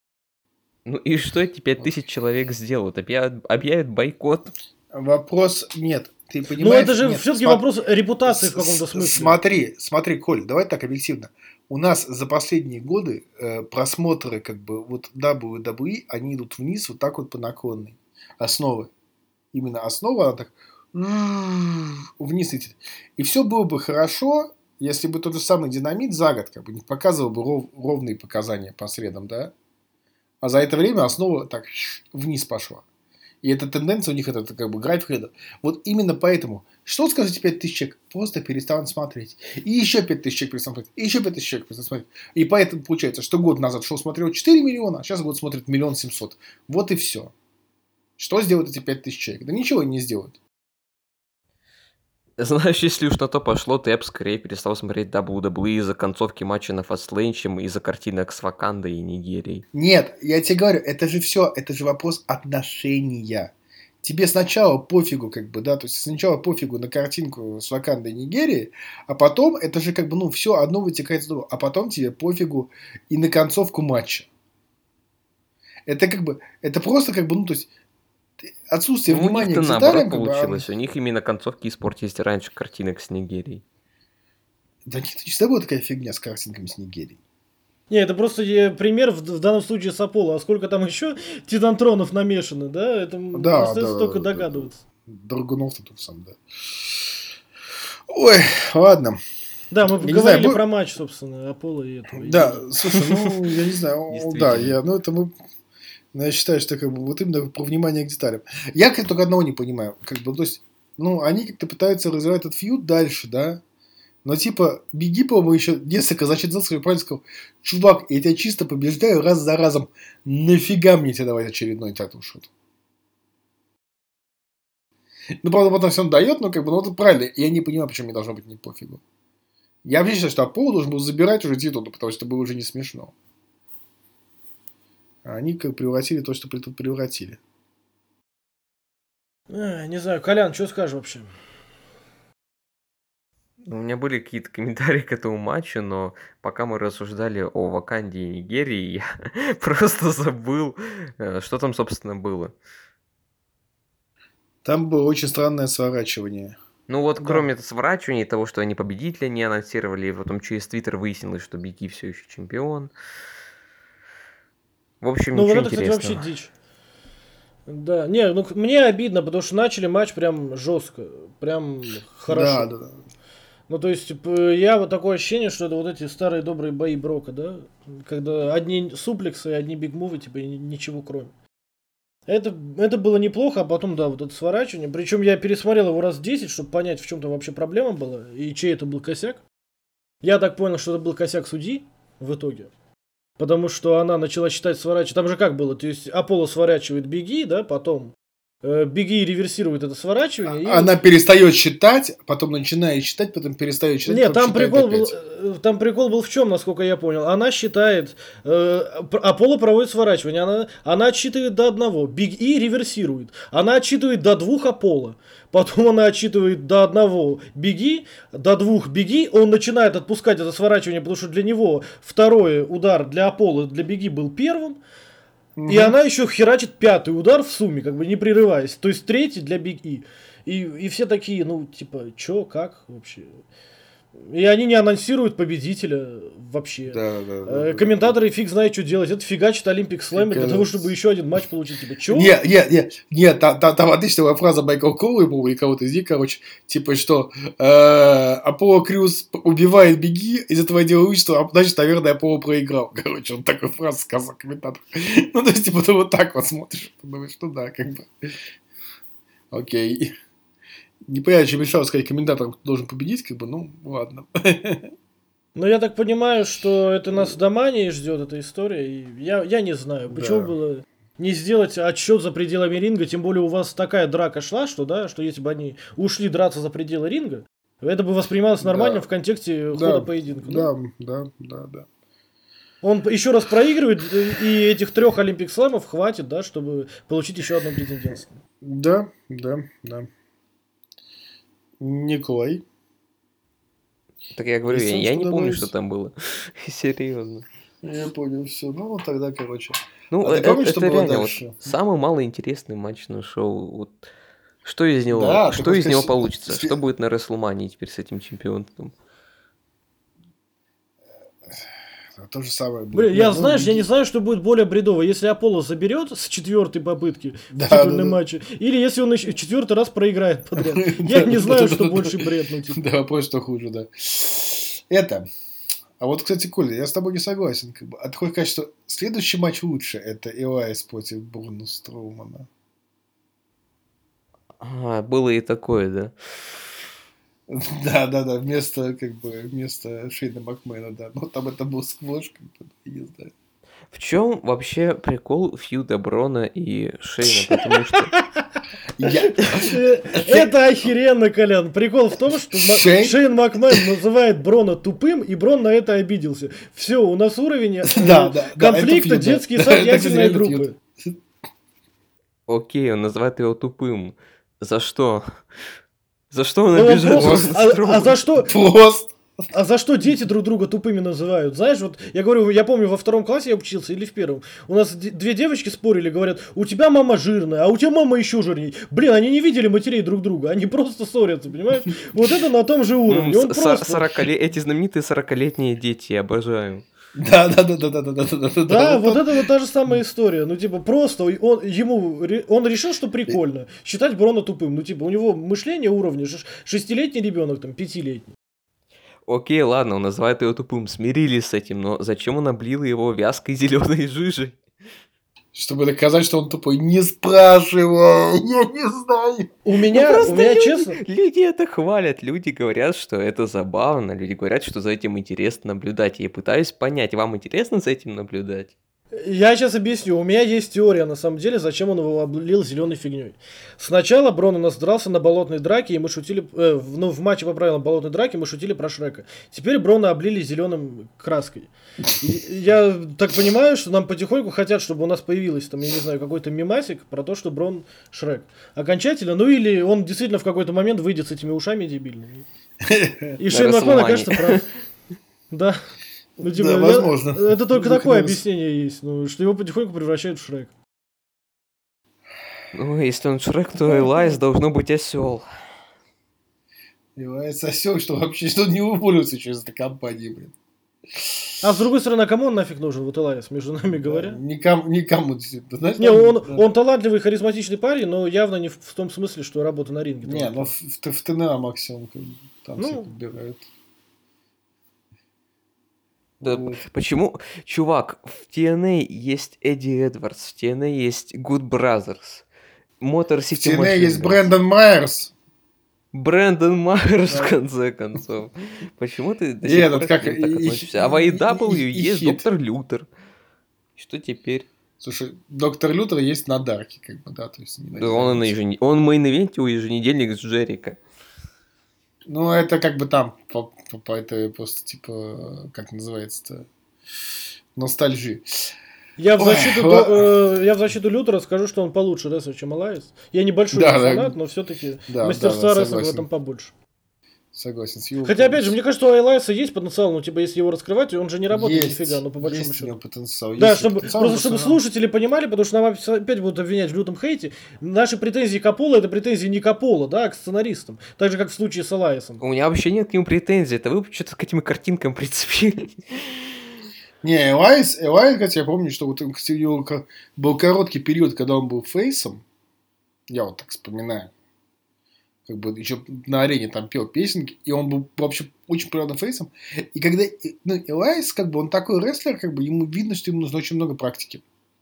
Ну и что эти пять тысяч человек сделают? Объявят, объявят бойкот? Вопрос нет. Ты понимаешь? Ну это же нет, все-таки см... вопрос репутации в каком-то смысле. Смотри, смотри, Коль, давай так объективно. У нас за последние годы э, просмотры как бы вот дабл ю дабл ю и, они идут вниз вот так вот по наклонной. Основы. Именно основа, она так вниз идет. И все было бы хорошо, если бы тот же самый Динамит за год как бы не показывал бы ров, ровные показания по средам, да? А за это время основа так вниз пошла. И эта тенденция у них, это, это как бы график. Это. Вот именно поэтому, что скажете пять тысяч человек? Просто перестанут смотреть. И еще пять тысяч человек перестанут смотреть. И еще пять тысяч человек перестанут смотреть. И поэтому получается, что год назад шоу смотрел четыре миллиона, а сейчас год смотрит миллион семьсот. Вот и все. Что сделают эти пять тысяч человек? Да ничего не сделают. Знаешь, если уж на то пошло, то я бы скорее перестал смотреть дабл ю дабл ю и из-за концовки матча на Fastlane, чем из-за картинок с Вакандой и Нигерией. Нет, я тебе говорю, это же все, это же вопрос отношения. Тебе сначала пофигу, как бы, да, то есть сначала пофигу на картинку с Вакандой и Нигерией, а потом это же как бы, ну, все одно вытекает из другого, а потом тебе пофигу и на концовку матча. Это как бы, это просто как бы, ну, то есть отсутствие ну, внимания к деталям. Наоборот как получилось. бы, а... У них именно концовки испортились раньше картинок с Нигерией. Да нет, всегда была такая фигня с картинками с Нигерией. Не, это просто пример в, в данном случае с Аполло. А сколько там еще титантронов намешано, да? Это да, остается да, только да, догадываться. Драгунов тут сам, да. Ой, ладно. Да, мы я говорили знаю, про матч, собственно, Аполло и этого. Да, и... слушай, ну, я не знаю, да, я, ну, это мы... Но я считаю, что как бы вот именно про внимание к деталям. Я как только одного не понимаю. Как бы, то есть, ну, они как-то пытаются развивать этот фьюд дальше, да. Но типа, беги, по-моему, еще несколько зачитал свой палец, сказал, чувак, я тебя чисто побеждаю раз за разом. Нафига мне тебе давать очередной тату-шот? Ну, правда, потом все равно дает, но как бы, ну, это правильно. Я не понимаю, почему мне должно быть не пофигу. Я вообще считаю, что Аполло должен был забирать уже титул, потому что это было уже не смешно. А они как превратили то, что тут превратили. А, не знаю, Колян, что скажешь вообще? У меня были какие-то комментарии к этому матчу, но пока мы рассуждали о Ваканде и Нигерии, я просто забыл, что там, собственно, было. Там было очень странное сворачивание. Ну вот, Да. кроме этого сворачивания, того, что они победителя не анонсировали, и потом через Твиттер выяснилось, что Биг И все еще чемпион. В общем, Ну вот ничего это, кстати, интересного. вообще дичь. Да, не, ну мне обидно, потому что начали матч прям жестко, прям хорошо. Да, да, да. Ну, то есть, типа, я вот такое ощущение, что это вот эти старые добрые бои Брока, да? Когда одни суплексы, одни бигмувы, типа, и ничего кроме. Это, это было неплохо, а потом, да, вот это сворачивание. Причем я пересмотрел его раз десять, чтобы понять, в чем там вообще проблема была, и чей это был косяк. Я так понял, что это был косяк судьи в итоге. Потому что она начала считать сворачивание. Там же как было? То есть, Аполло сворачивает Биги, да, потом... Беги и реверсирует это сворачивание. И... Она перестает считать, потом начинает считать, потом перестает считать. Нет, там прикол, был, там прикол был в чем, насколько я понял. Она считает, э, Аполло проводит сворачивание, она, она отсчитывает до одного, Биг И реверсирует. Она отсчитывает до двух Аполло. Потом она отсчитывает до одного Биги, до двух Биги. Он начинает отпускать это сворачивание, потому что для него второй удар для Аполло, для Биги был первым. Угу. И она еще херачит пятый удар в сумме, как бы не прерываясь. То есть третий для Биг И. И, и все такие, ну, типа, чё, как вообще? И они не анонсируют победителя вообще. Да, да, да, э, комментаторы да, фиг знает, что делать. Это фигачит Олимпик Слэм для того, чтобы еще один матч получить. Типа, чё? Нет, нет, нет, нет, там, там, там отличная фраза Майкла Коула, по-моему, или кого-то из них, короче, типа, что э, Аполло Крюс убивает Биги, из этого делают, что, значит, наверное, Аполло проиграл. Короче, он такую фразу сказал комментатор. Ну, то есть, типа, ты вот так вот смотришь, думаешь, ну да, как бы. Окей. Не понимаю, чем мешало сказать комментаторам, кто должен победить, как бы, ну, ладно. Ну, я так понимаю, что это нас в Домании ждет, эта история, и я, я не знаю, почему да. было не сделать отсчет за пределами ринга, тем более у вас такая драка шла, что, да, что если бы они ушли драться за пределы ринга, это бы воспринималось нормально да. в контексте да. хода поединка. Да, да, да, да, да. Он еще раз проигрывает, и этих трех Олимпик Слэмов хватит, да, чтобы получить еще одно претендентство. Да, да, да. Николай. Так я говорю, я, я не помню, что там было. Серьезно. Я понял, все. Ну, тогда, короче. Ну, а это, помнишь, это реально вот самый малоинтересный матч на шоу. Вот, что из него, да, что из него получится? С... Что будет на Рестлмании теперь с этим чемпионством? То же самое будет. Блин, я, ну, знаешь, ну, я не знаю, что будет более бредово. Если Аполло заберет с четвертой попытки да, в титульном да, да. матче, или если он еще четвертый раз проиграет подряд. Я не знаю, что больше бред. Да, вопрос, что хуже, да. Это. А вот, кстати, Коля, я с тобой не согласен. Как бы. А ты хочешь сказать, что следующий матч лучше? Это Элайс против Бруно Строумана. А, было и такое, да. Да, да, да, вместо, как бы, вместо Шейна Макмена, да. Но там это был сквош, как бы, я не знаю. В чем вообще прикол фьюда Брона и Шейна? Потому что... Это охеренно, Колян. Прикол в том, что Шейн Макмен называет Брона тупым, и Брон на это обиделся. Все, у нас уровень конфликта детские сад ядерной группы. Окей, он называет его тупым. За что? За что он обижается? А, а за что? Просто. А за что дети друг друга тупыми называют? Знаешь, вот я говорю, я помню, во втором классе я учился или в первом. У нас д- две девочки спорили, говорят, у тебя мама жирная, а у тебя мама еще жирней. Блин, они не видели матерей друг друга, они просто ссорятся, понимаешь? Вот это на том же уровне. Он просто... Эти знаменитые сорокалетние дети, я обожаю. Да, да, да, да, да, да, да, да, да. Да, вот это вот та же самая история. Ну, типа, просто он ему он решил, что прикольно считать Брона тупым. Ну, типа, у него мышление уровня шестилетний ребенок, там, пятилетний. Окей, ладно, он называет его тупым, смирились с этим, но зачем он облил его вязкой зеленой жижей? Чтобы доказать, что он тупой. Не спрашивай, я не знаю. У меня, ну, у меня люди, честно... Люди это хвалят, люди говорят, что это забавно, люди говорят, что за этим интересно наблюдать. Я пытаюсь понять, вам интересно за этим наблюдать? Я сейчас объясню. У меня есть теория, на самом деле, зачем он его облил зеленой фигней. Сначала Брон у нас дрался на болотной драке, и мы шутили... Э, в, ну, в матче по правилам болотной драки мы шутили про Шрека. Теперь Брона облили зеленым краской. И я так понимаю, что нам потихоньку хотят, чтобы у нас появилось, там, я не знаю, какой-то мемасик про то, что Брон Шрек. Окончательно. Ну или он действительно в какой-то момент выйдет с этими ушами дебильными. И Шейн Макмен окажется прав. Да. Ну, типа, да, возможно. Я, это только ну, такое объяснение есть, ну, что его потихоньку превращают в Шрек. Ну, если он Шрек, то Элайс должно быть осел. Элайс осел, что вообще что не уволился через эту компанию, блин. А с другой стороны, кому он нафиг нужен, вот Элайс, между нами говоря? Да, никому, никому действительно. Знаешь, не, он, да. он талантливый, харизматичный парень, но явно не в, в том смысле, что работа на ринге. Не, ну в, в, в ТНА максимум там ну, все подбирают. Да, вот. Почему, чувак, в ти эн эй есть Эдди Эдвардс, в ти эн эй есть Good Brothers, Motor City Machine Guns. В ти эн эй есть Брэндон Майерс. Брэндон Майерс, да. В конце концов. Почему ты до сих пор так относишься? А в эй и дабл ю есть Доктор Лютер. Что теперь? Слушай, Доктор Лютер есть на Дарке, как бы, да, то есть... Да, он, на ежен... он мейн-ивенте у еженедельник с Джерика. Ну, это как бы там, по, по, по это просто, типа, как называется-то, ностальжи. Я в, защиту, Ой, до, э, я в защиту Лютера скажу, что он получше рестлер, чем Алайс. Я небольшой да, фанат, да, но все-таки да, мастерства да, да, рестлинга в этом побольше. Согласен с его. Хотя, опять же, мне кажется, у Алайса есть потенциал, ну, типа, если его раскрывать, он же не работает есть, нифига, ну, по большому есть счету. У него потенциал. Да, есть чтобы, потенциал, просто чтобы слушатели понимали, потому что нам опять будут обвинять в лютом хейте. Наши претензии к Аполло — это претензии не к Аполло, да, а к сценаристам. Так же, как в случае с Алайсом. У меня вообще нет к нему претензий, это вы что-то к этим картинкам прицепили. Не, Элайс, Элайс, хотя я помню, что вот у него был короткий период, когда он был фейсом. Я вот так вспоминаю. Как бы еще на арене там пел песенки, и он был вообще очень популярным фейсом. И когда, ну, Элайс, как бы, он такой рестлер, как бы, ему видно, что ему нужно очень много практики.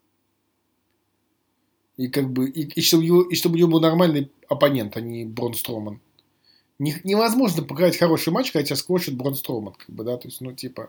И как бы, и, и, чтобы, его, и чтобы у него был нормальный оппонент, а не Брон Строман. Не, невозможно показать хороший матч, когда тебя сквошит Брон Строман, как бы, да, то есть, ну, типа...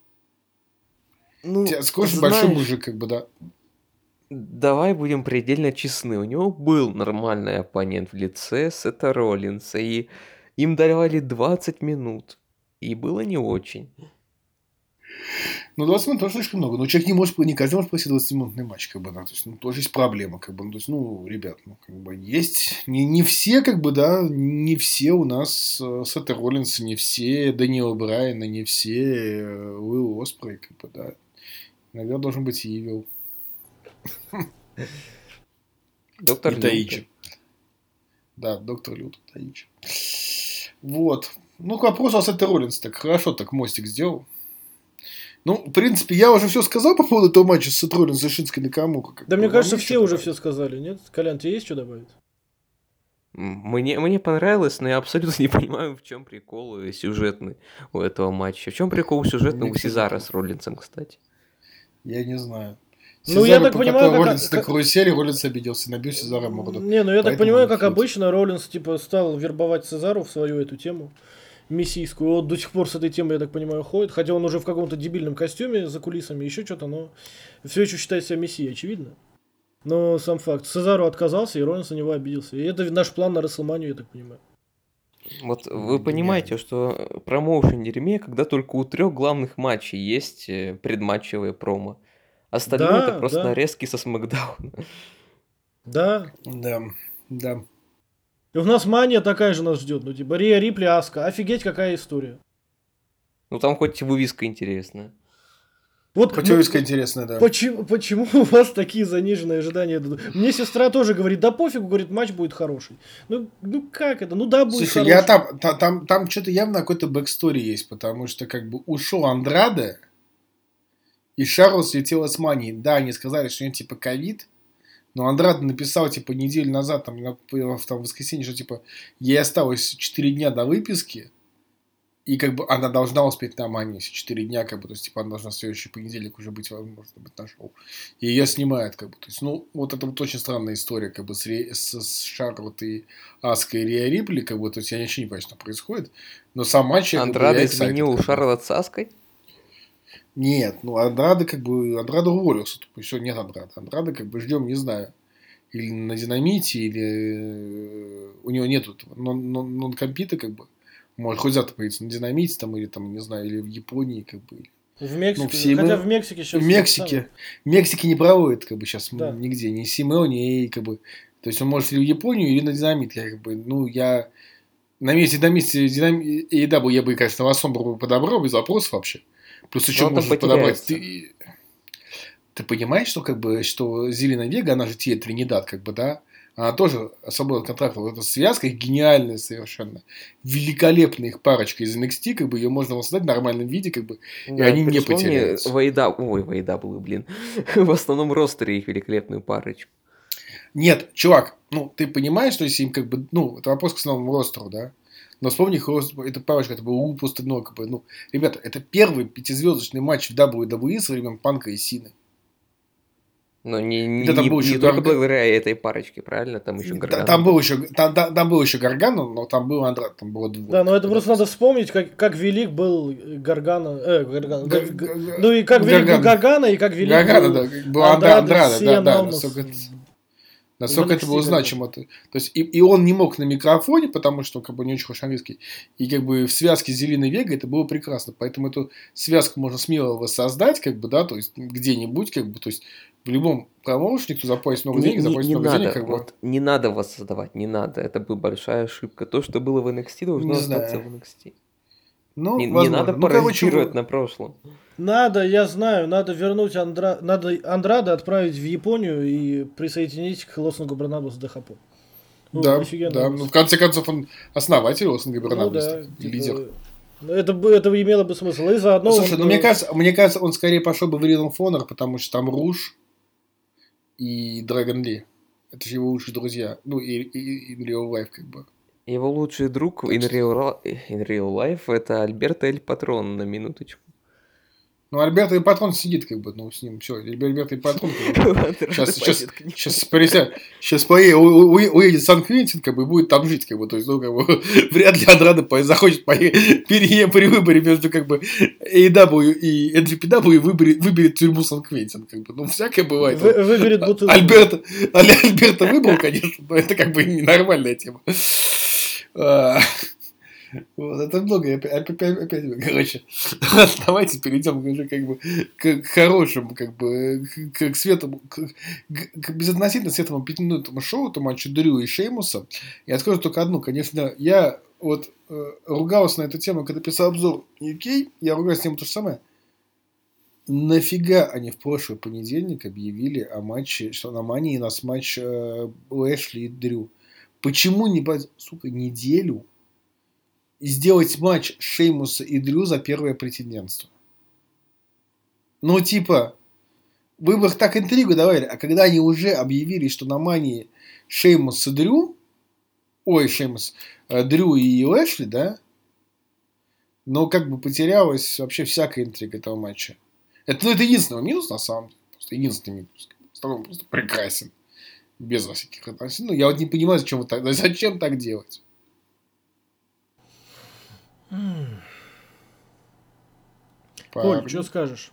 Ну, тебя сквошит знаешь... большой мужик, как бы, да. Давай будем предельно честны. У него был нормальный оппонент в лице Сета Роллинса, и им давали двадцать минут. И было не очень. Ну, двадцать минут тоже слишком много. Но человек не может, не каждый может пройти двадцатиминутный матч, как бы, да. То есть, ну, тоже есть проблема, как бы. Ну, то есть, ну, ребят, ну, как бы, есть... Не, не все, как бы, да, не все у нас э, Сета Роллинса, не все Дэниела Брайана, не все э, Уилл Оспрей, как бы, да. Иногда должен быть Ивил. Доктор Лютер. Да, доктор Лютер, Таичи. Вот. Ну, к вопросу о Сете Роллинсе, так хорошо так мостик сделал. Ну, в принципе, я уже все сказал по поводу этого матча с Сет Роллинс и Шинской Накамура. Да, мне кажется, все уже все сказали, нет? Колян, тебе есть что добавить? Мне, мне понравилось, но я абсолютно не понимаю, в чем прикол сюжетный у этого матча. В чем прикол сюжетный у Сезара с Роллинсом, кстати? Я не знаю. Ну, я так понимаю, как... Роллинс на карусели, Роллинс обиделся, набил Сезара морду. Не, ну я так понимаю, как обычно, Роллинс, типа, стал вербовать Сезару в свою эту тему мессийскую. Вот до сих пор с этой темой, я так понимаю, ходит. Хотя он уже в каком-то дебильном костюме за кулисами, еще что-то, но все еще считает себя мессией, очевидно. Но сам факт. Сезару отказался, и Роллинс на него обиделся. И это наш план на Расселманию, я так понимаю. Вот вы понимаете, что промоушен дерьме, когда только у трех главных матчей есть предматчевые промо. Остальные да, это просто да. нарезки со Смакдауна. Да. Да, да. И у нас мания такая же нас ждет. Ну, типа, Рия Рипли, Аска. Офигеть, какая история. Ну, там хоть вывеска интересная. Вот, хоть вывеска ну, интересная, да. Почему, почему у вас такие заниженные ожидания? Мне сестра тоже говорит, да пофигу, говорит, матч будет хороший. Ну, ну как это? Ну да, будет Слушай, хороший. Я там, там, там, там что-то явно какой-то бэкстори есть, потому что как бы ушел Андраде, и Шарлз летел с манией. Да, они сказали, что у него типа ковид, но Андраде написал типа неделю назад, там, на, там, в воскресенье, что типа ей осталось четыре дня до выписки, и как бы она должна успеть на мании, если четыре дня, как бы, то есть типа она должна в следующий понедельник уже быть, может быть, на шоу. И ее снимают, как бы, то есть, ну, вот это вот очень странная история, как бы, с, с, с Шарлотт и Аской и Риа Рипли, как бы, то есть я ничего не понимаю, что происходит, но сам матч... Андраде изменил Шарлотт с Аской? Нет, ну Андрада как бы, Андрада уволился, тупо, все, нет Андрада. Андрада как бы ждем, не знаю, или на Динамите, или у него нету нон-компита, как бы. Может, хоть завтра появится на Динамите, там, или там, не знаю, или в Японии, как бы. В Мексике, ну, все хотя мы... в Мексике сейчас... В Мексике, в Мексике не проводят, как бы, сейчас да. нигде, ни Симео, ни, как бы, то есть он может или в Японию, или на Динамит, я, как бы, ну, я на месте Динамите, и да, я бы, конечно, Новосомбру подобрал, без вопросов вообще. Плюс еще Но можешь подобрать. Ты, ты понимаешь, что как бы что Зелена Вега, она же тебе Тринидад, как бы, да? Она тоже свободный контракт. Вот эта связка гениальная совершенно. Великолепная их парочка из эн экс ти, как бы ее можно воссоздать в нормальном виде, как бы, да, и они не потеряются. Вейда... Ой, Вейда был, блин. В основном ростере их великолепную парочку. Нет, чувак, ну, ты понимаешь, что если им как бы, ну, это вопрос к основному ростеру, да? Но вспомни, эта парочка, это был просто, ну, как бы, ну, ребята, это первый пятизвездочный матч в дабл ю дабл ю и с времен Панка и Сины. Но не, не, не, не только Гарг... благодаря этой парочке, правильно? Там еще Гаргана. Там был еще, там, там, там был еще Гаргана, но там был Андрад, там было двое. Да, но это просто надо вспомнить, как, как велик был Гаргана. Э, Гаргана. Гар... Гар... Ну и как велик был Гаргана, и как велик Гаргана, был да, был Андрада, Андрада, да, да, насколько это... Насколько это было значимо. То есть, и, и он не мог на микрофоне, потому что как бы не очень хороший английский. И как бы в связке с Зеленой Вегой это было прекрасно. Поэтому эту связку можно смело воссоздать, как бы, да, то есть где-нибудь, как бы, то есть в любом промоушене, кто заплатит много денег, заплатит много надо, денег, как вот, бы. Не надо воссоздавать, не надо. Это была большая ошибка. То, что было в эн экс ти, должно не остаться знаю. в эн экс ти. Ну, не, не надо ну, паразитировать короче, на прошлом. Надо, я знаю, надо вернуть Андра... надо Андрада отправить в Японию и присоединить к Лосингу Барнабасу Дахапу. Ну, да, да. Ну, в конце концов, он основатель Лосинга Барнабаса, ну, да, лидер. Типа... Это, это имело бы смысл. И заодно Слушай, он... ну, мне кажется, мне кажется, он скорее пошел бы в Ring of Honor, потому что там Руш и Драгон Ли. Это же его лучшие друзья. Ну, и, и, и in real life, как бы. Его лучший друг in real, in real life это Альберто Эль Патрон, на минуточку. Ну, Альберто Эль Патрон сидит, как бы, ну, с ним, все, Альберто Эль Патрон, сейчас, сейчас, сейчас, сейчас уедет в Сан-Квентин, как бы, и будет там жить, как бы, то есть, ну, как бы, вряд ли Андрада захочет при выборе между, как бы, эй дабл ю и эн джи пи дабл ю выберет тюрьму Сан-Квентин, как бы, ну, всякое бывает. Выберет бутылку. Альберто, Альберто выбрал, конечно, но это, как бы, ненормальная тема. Вот, это много, опять, опять, опять, короче, давайте перейдем уже как бы к, к хорошему, как бы, к, к светлому, к, к безотносительно светлому пятиминутному шоу, то матчу Дрю и Шеймуса. Я скажу только одну, конечно, я вот э, ругался на эту тему, когда писал обзор ю кей, я ругаюсь с ним то же самое. Нафига они в прошлый понедельник объявили о матче, что на Мании у нас матч э, Лэшли и Дрю? Почему не, сука, неделю и сделать матч Шеймуса и Дрю за первое претендентство? Ну, типа, вы бы так интригу давали, а когда они уже объявили, что на Мании Шеймус и Дрю, ой, Шеймус, э, Дрю и Лэшли, да, но как бы потерялась вообще всякая интрига этого матча. Это, ну, это единственный минус, на самом деле, просто единственный минус. Он просто прекрасен. Без всяких отношений. Ну, я вот не понимаю, зачем, так, зачем так делать. Коль, что скажешь?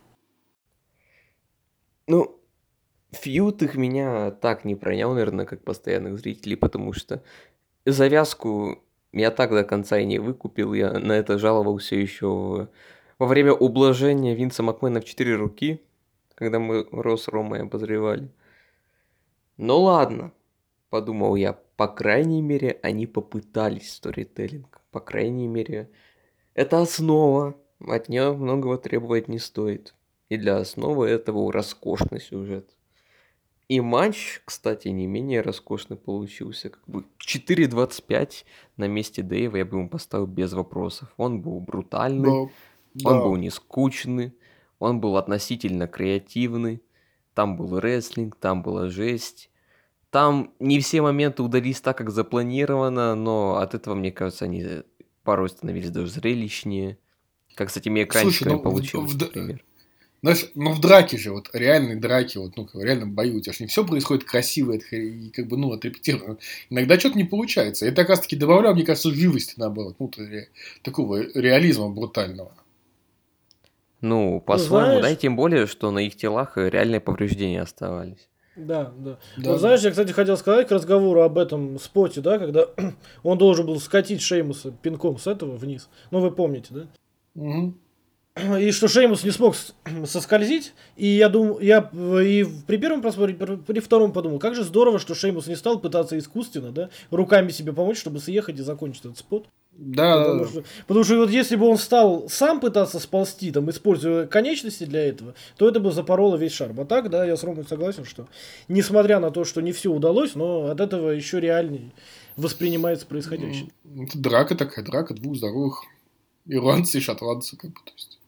Ну, фьюд их меня так не пронял, наверное, как постоянных зрителей, потому что завязку я так до конца и не выкупил. Я на это жаловался еще во время ублажения Винса Макмена в четыре руки, когда мы Ро с Ромой обозревали. Ну ладно, подумал я, по крайней мере, они попытались сторителлинг. По крайней мере, это основа, от нее многого требовать не стоит. И для основы этого роскошный сюжет. И матч, кстати, не менее роскошный получился. Как бы четыре двадцать пять на месте Дэйва я бы ему поставил без вопросов. Он был брутальный, No. он No. был не скучный, он был относительно креативный. Там был рестлинг, там была жесть. Там не все моменты удались так, как запланировано, но от этого, мне кажется, они порой становились даже зрелищнее. Как с этими экранчиками Слушай, ну, получилось, в, в, например. Знаешь, ну в драке же, вот реальной драке, вот, ну, в реальном бою, у тебя же не все происходит красиво и как бы, ну, отрепетировано. Иногда что-то не получается. Это как раз таки добавлял, мне кажется, живости, наоборот, ну, ре, такого реализма брутального. Ну, по-своему, да, и тем более, что на их телах реальные повреждения оставались. Да, да. Да, Вот знаешь, я, кстати, хотел сказать к разговору об этом споте, да, когда он должен был скатить Шеймуса пинком с этого вниз. Ну, вы помните, да? Угу. И что Шеймус не смог с- соскользить. И я думаю, я э, и в- при первом просмотре, при, при втором подумал, как же здорово, что Шеймус не стал пытаться искусственно, да, руками себе помочь, чтобы съехать и закончить этот спот. Да, да, Потому да. что, потому что вот если бы он стал сам пытаться сползти, там, используя конечности для этого, то это бы запороло весь шарм. А так, да, я с Ромой согласен, что несмотря на то, что не все удалось, но от этого еще реальнее воспринимается происходящее. Ну, это драка такая, драка двух здоровых ирландцев и шотландцев, как бы, то есть.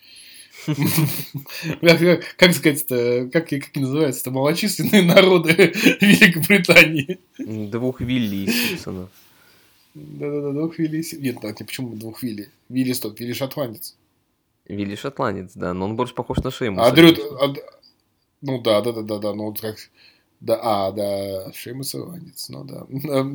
Как, как, как сказать-то, как, как называется-то, малочисленные народы Великобритании. Двух Вилли из Симпсонов. Да-да-да, двух Вилли. Нет, нет, почему двух Вилли? Вилли тот, Вилли шотландец. Вилли шотландец, да, но он больше похож на Шеймуса. А Дрю, а, ну да, да, да, да, да, ну вот как, да, а, да, Шеймус ирландец, ну да.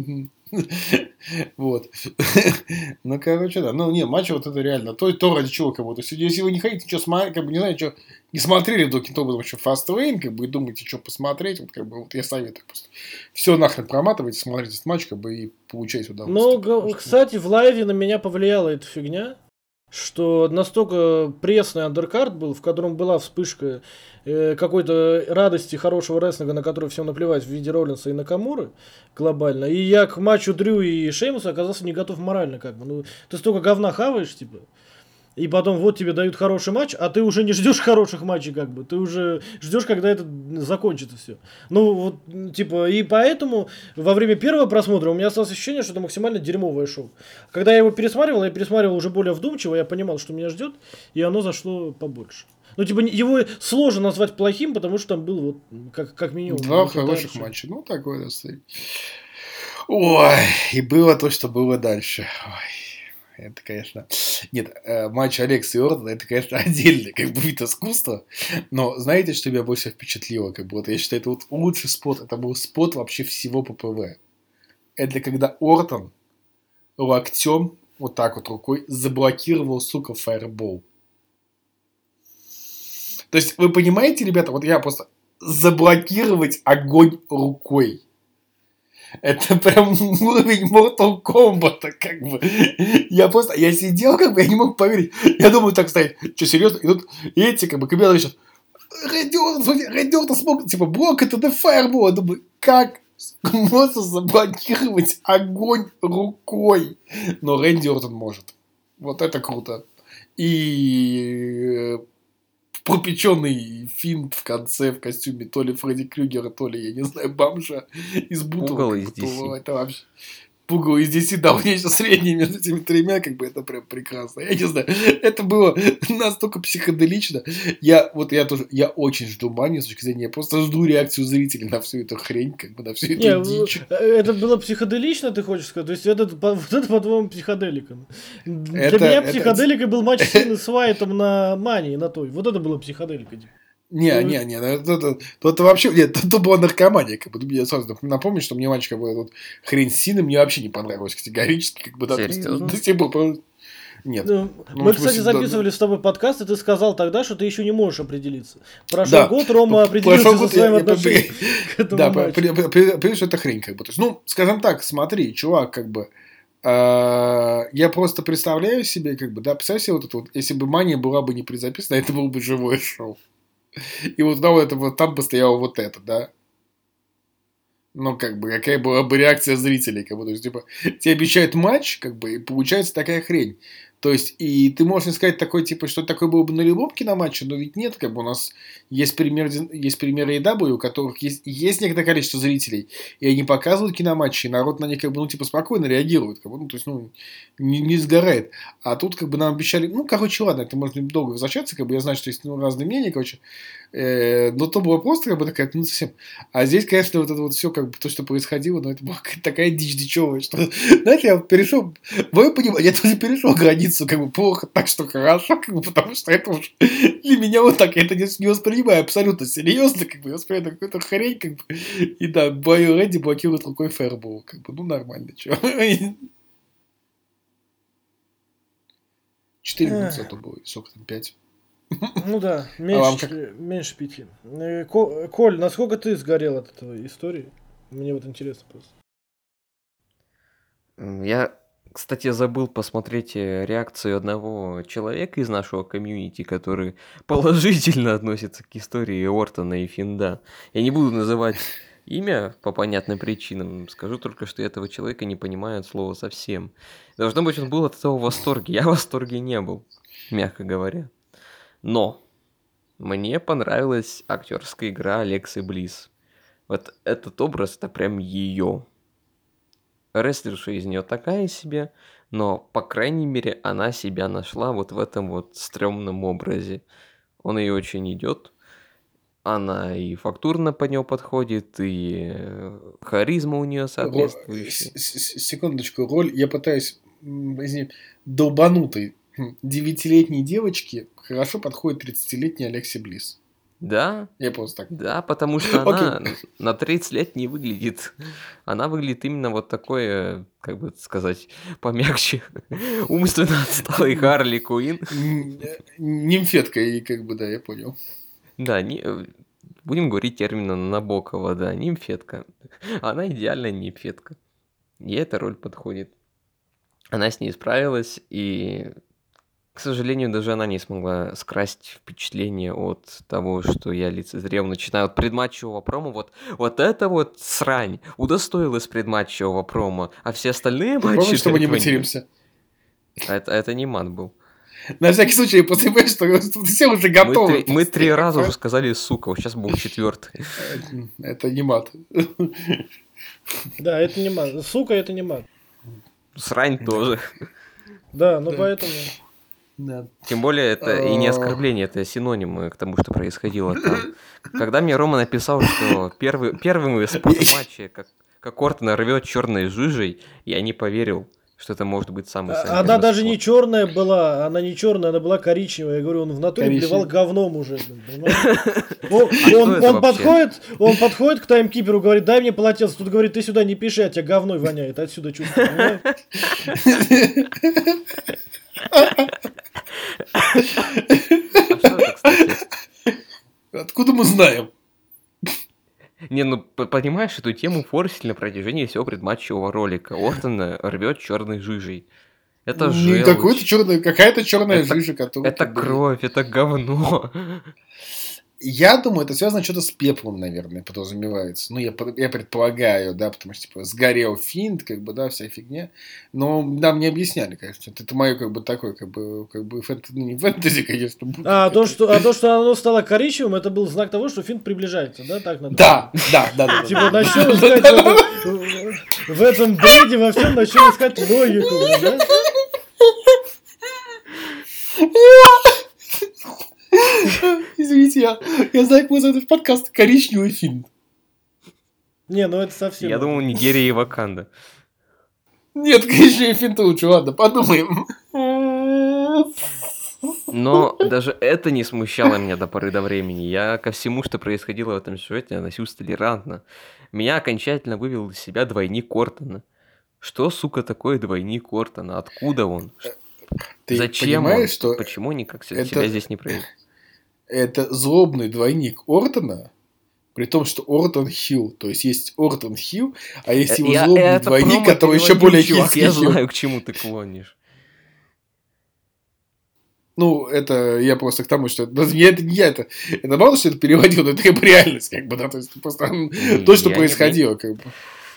Вот. Ну, короче, да. Ну, не, матч вот это реально. То, то ради чего, как бы. То есть, если вы не хотите ничего смотреть, как бы, не знаю, что, не смотрели до каким-то образом еще Fast Lane, как бы, и думаете, что посмотреть, вот, как бы, вот я советую просто. Все нахрен проматывайте, смотрите этот матч, как бы, и получайте удовольствие. Но, г- кстати, в лайве на меня повлияла эта фигня, что настолько пресный андеркард был, в котором была вспышка э, какой-то радости, хорошего рестлинга, на который всем наплевать в виде Роллинса и Накамуры глобально. И я к матчу Дрю и Шеймуса оказался не готов морально, как бы. Ну, ты столько говна хаваешь, типа. И потом вот тебе дают хороший матч, а ты уже не ждешь хороших матчей, как бы. Ты уже ждешь, когда это закончится все. Ну, вот, м, типа, и поэтому во время первого просмотра у меня осталось ощущение, что это максимально дерьмовое шоу. Когда я его пересматривал, я пересматривал уже более вдумчиво, я понимал, что меня ждет, и оно зашло побольше. Ну, типа, не- его сложно назвать плохим, потому что там был вот, м, как, как минимум... Два Макентайр, хороших Шеймус. матча. Ну, такое, да, стоит. Ой, и было то, что было дальше. Ой, это, конечно... Нет, э, матч Алекса и Ордена, это, конечно, отдельный, как бы, вид искусства. Но знаете, что меня больше впечатлило? Как бы, вот, я считаю, это вот лучший спот. Это был спот вообще всего ППВ. Это когда Ортон локтем, вот так вот рукой, заблокировал, сука, фаербол. То есть, вы понимаете, ребята, вот я просто... Заблокировать огонь рукой. Это прям уровень Mortal Kombat, как бы. Я просто, я сидел, как бы, я не мог поверить. Я думаю, так стоять, что, серьезно? И тут и эти, как бы, ребята сейчас, Рэнди Ортон смог, типа, блок это the fireball. Я думаю, как можно заблокировать огонь рукой? Но Рэнди Ортон может. Вот это круто. И пропеченный финт в конце в костюме то ли Фредди Крюгера, то ли, я не знаю, бомжа из Бутова. Пугало из ди си. Это вообще... Пугало из ди си, да, у меня еще средний между этими тремя, как бы, это прям прекрасно. Я не знаю, это было настолько психоделично. Я, вот я тоже, я очень жду мании, с точки зрения, я просто жду реакцию зрителей на всю эту хрень, как бы, на всю эту Не, дичь. это было психоделично, ты хочешь сказать? То есть это, по- вот это по-твоему, психоделика? Для Это- меня это- психоделикой был матч Сины с Уайтом на Мании, на той. Вот это было психоделика. Не, Ну, не, не, ну, это, это, это, это вообще, нет, это была наркомания, как бы, я сразу напомню, что мне матч, как бы, вот, хрень с Синой мне вообще не понравилась категорически, как бы, да, Серьезно? до сих пор, нет. ну, Ну, мы, в смысле, кстати, да, записывали с тобой подкаст, и ты сказал тогда, что ты еще не можешь определиться. Прошел Да. год, Рома Прошел определился со год, своим я- я- отношением к этому Да, матчу. понимаешь, что это хрень, как бы. То есть, ну, скажем так, смотри, чувак, как бы, э, я просто представляю себе, как бы, да, представь себе вот это вот, если бы Мания была бы не предзаписана, это было бы живое шоу. И вот, да, вот это вот там бы стояло вот это, да. Ну, как бы, какая была бы реакция зрителей, как бы, то есть, типа, тебе обещают матч, как бы, и получается такая хрень. То есть, и ты можешь сказать такой, типа, что такое было бы на любом киноматче, но ведь нет, как бы, у нас есть пример, есть примеры эй дабл ю, у которых есть, есть некоторое количество зрителей, и они показывают киноматчи, и народ на них, как бы, ну, типа, спокойно реагирует, как бы, ну, то есть, ну, не, не сгорает. А тут, как бы, нам обещали, ну, короче, ладно, это можно долго возвращаться, как бы, я знаю, что есть, ну, разные мнения, короче, э, но то было просто, как бы, такая, ну, совсем. А здесь, конечно, вот это вот все, как бы, то, что происходило, но это была такая дичь дичевая, что, знаете, я перешел, мое понимание, я тоже перешел границу, как бы, плохо, так что хорошо, как бы, потому что это уж для меня вот так, я это не, не воспринимаю абсолютно серьезно, как бы, я воспринимаю какую-то хрень, как бы, и да, Баю Рэнди блокирует рукой фаербол, как бы, ну, нормально, чё. Четыре минуты зато было, сколько там, пять? Ну да, А меньше, вам как? четы- меньше пяти. Э, Ко- Коль, насколько ты сгорел от этой истории? Мне вот интересно просто. М, Я, кстати, забыл посмотреть э, реакцию одного человека из нашего комьюнити, который положительно относится к истории Ортона и Финда. Я не буду называть имя по понятным причинам, скажу только, что этого человека не понимаю от слова совсем. Должно быть, он был от этого в восторге. Я в восторге не был, мягко говоря. Но мне понравилась актерская игра Алексы Близ. Вот этот образ, это прям ее. Рестлерша из нее такая себе, но, по крайней мере, она себя нашла вот в этом вот стрёмном образе. Он ей очень идет. Она и фактурно под него подходит, и э, харизма у нее Ро- соответствующая. с- с- Секундочку, роль, я пытаюсь, м, извини, долбанутой м, девятилетней девочки хорошо подходит тридцатилетний Алекси Близ. Да, Я просто так. да, потому что Окей. она н- на тридцать лет не выглядит. Она выглядит именно вот такой, э, как бы сказать, помягче, умственно отсталый Харли Куин. М, э, Нимфетка, и как бы, да, я понял. Да, не, э, будем говорить термином Набокова, да, нимфетка. Она идеальная нимфетка. Ей эта роль подходит. Она с ней справилась, и, к сожалению, даже она не смогла скрасить впечатление от того, что я лицезрел, начиная от предматчевого промо. Вот, вот это вот срань удостоилась предматчевого промо, а все остальные Ты матчи помнишь, что до мы не этого не... материмся? А Это, это не мат был. На всякий случай, я просто понимаю, что все уже Мы готовы. три, мы три просто. раза уже сказали сука, вот сейчас был четвертый. Э, Это не мат. Да, это не мат. Сука, это не мат. Срань тоже. Да, ну Да. поэтому... Да. Тем более это и не А, оскорбление, это синонимы к тому, что происходило там. Когда мне Рома написал, что первый, первым из спот-матчей, как, как Ортон рвет черной жижей, я не поверил, что это может быть самый самый А- Она первый даже спот. не черная была, она не черная, она была коричневая. Я говорю, он в натуре Коричневая. блевал говном уже. блин, понимаешь? Он, что он- это он вообще? подходит, он подходит к таймкиперу, говорит, дай мне полотенце. Тут говорит, ты сюда не пиши, а тебя говной воняет. Отсюда чувствую, понимаешь? А что это, кстати? Откуда мы знаем? Не, ну п- понимаешь, эту тему форсили на протяжении всего предматчевого ролика. Ортон рвет черной жижей. Это Не какой-то желчь, черная, какая-то черная Это- жижа, которая. это как бы- кровь, это говно. Я думаю, это связано что-то с пеплом, наверное, подразумевается. Ну, я, под- я предполагаю, да, потому что, типа, сгорел финт, как бы, да, вся фигня. Но нам не объясняли, конечно. Это, это мое, как бы, такое, как бы, как бы, фэнтези, ну, не фэнтези, конечно. будет А то, это- что, а то, что оно стало коричневым, это был знак того, что Финт приближается, да? Так надо Да, да, да, да. Типа да, да. начнем искать в этом, в этом бреде во всем начнем искать логику, блин, да? Извините, я, я знаю, как мы зовут этот подкаст. Коричневый фильм. Не, ну это совсем... Я думал, Нигерия и Ваканда. Нет, коричневый фильм лучше. Ладно, подумаем. Но даже это не смущало меня до поры до времени. Я ко всему, что происходило в этом сюжете, относился толерантно. Меня окончательно вывел из себя двойник Ортона. Что, сука, такое двойник Ортона? Откуда он? Ты Зачем он? понимаешь, что Почему никак себя это- здесь не проявил? это злобный двойник Ортона, при том, что Ортон Хилл. То есть, есть Ортон Хилл, а есть его Я злобный это двойник, промо который еще переводил, более чувак, хильский я Хилл. знаю, к чему ты клонишь. Ну, это я просто к тому, что это, я, это не я, это, это мало, что это переводил, но это как бы реальность, как бы, да, то есть, просто Не, то, что я не- происходило, как бы.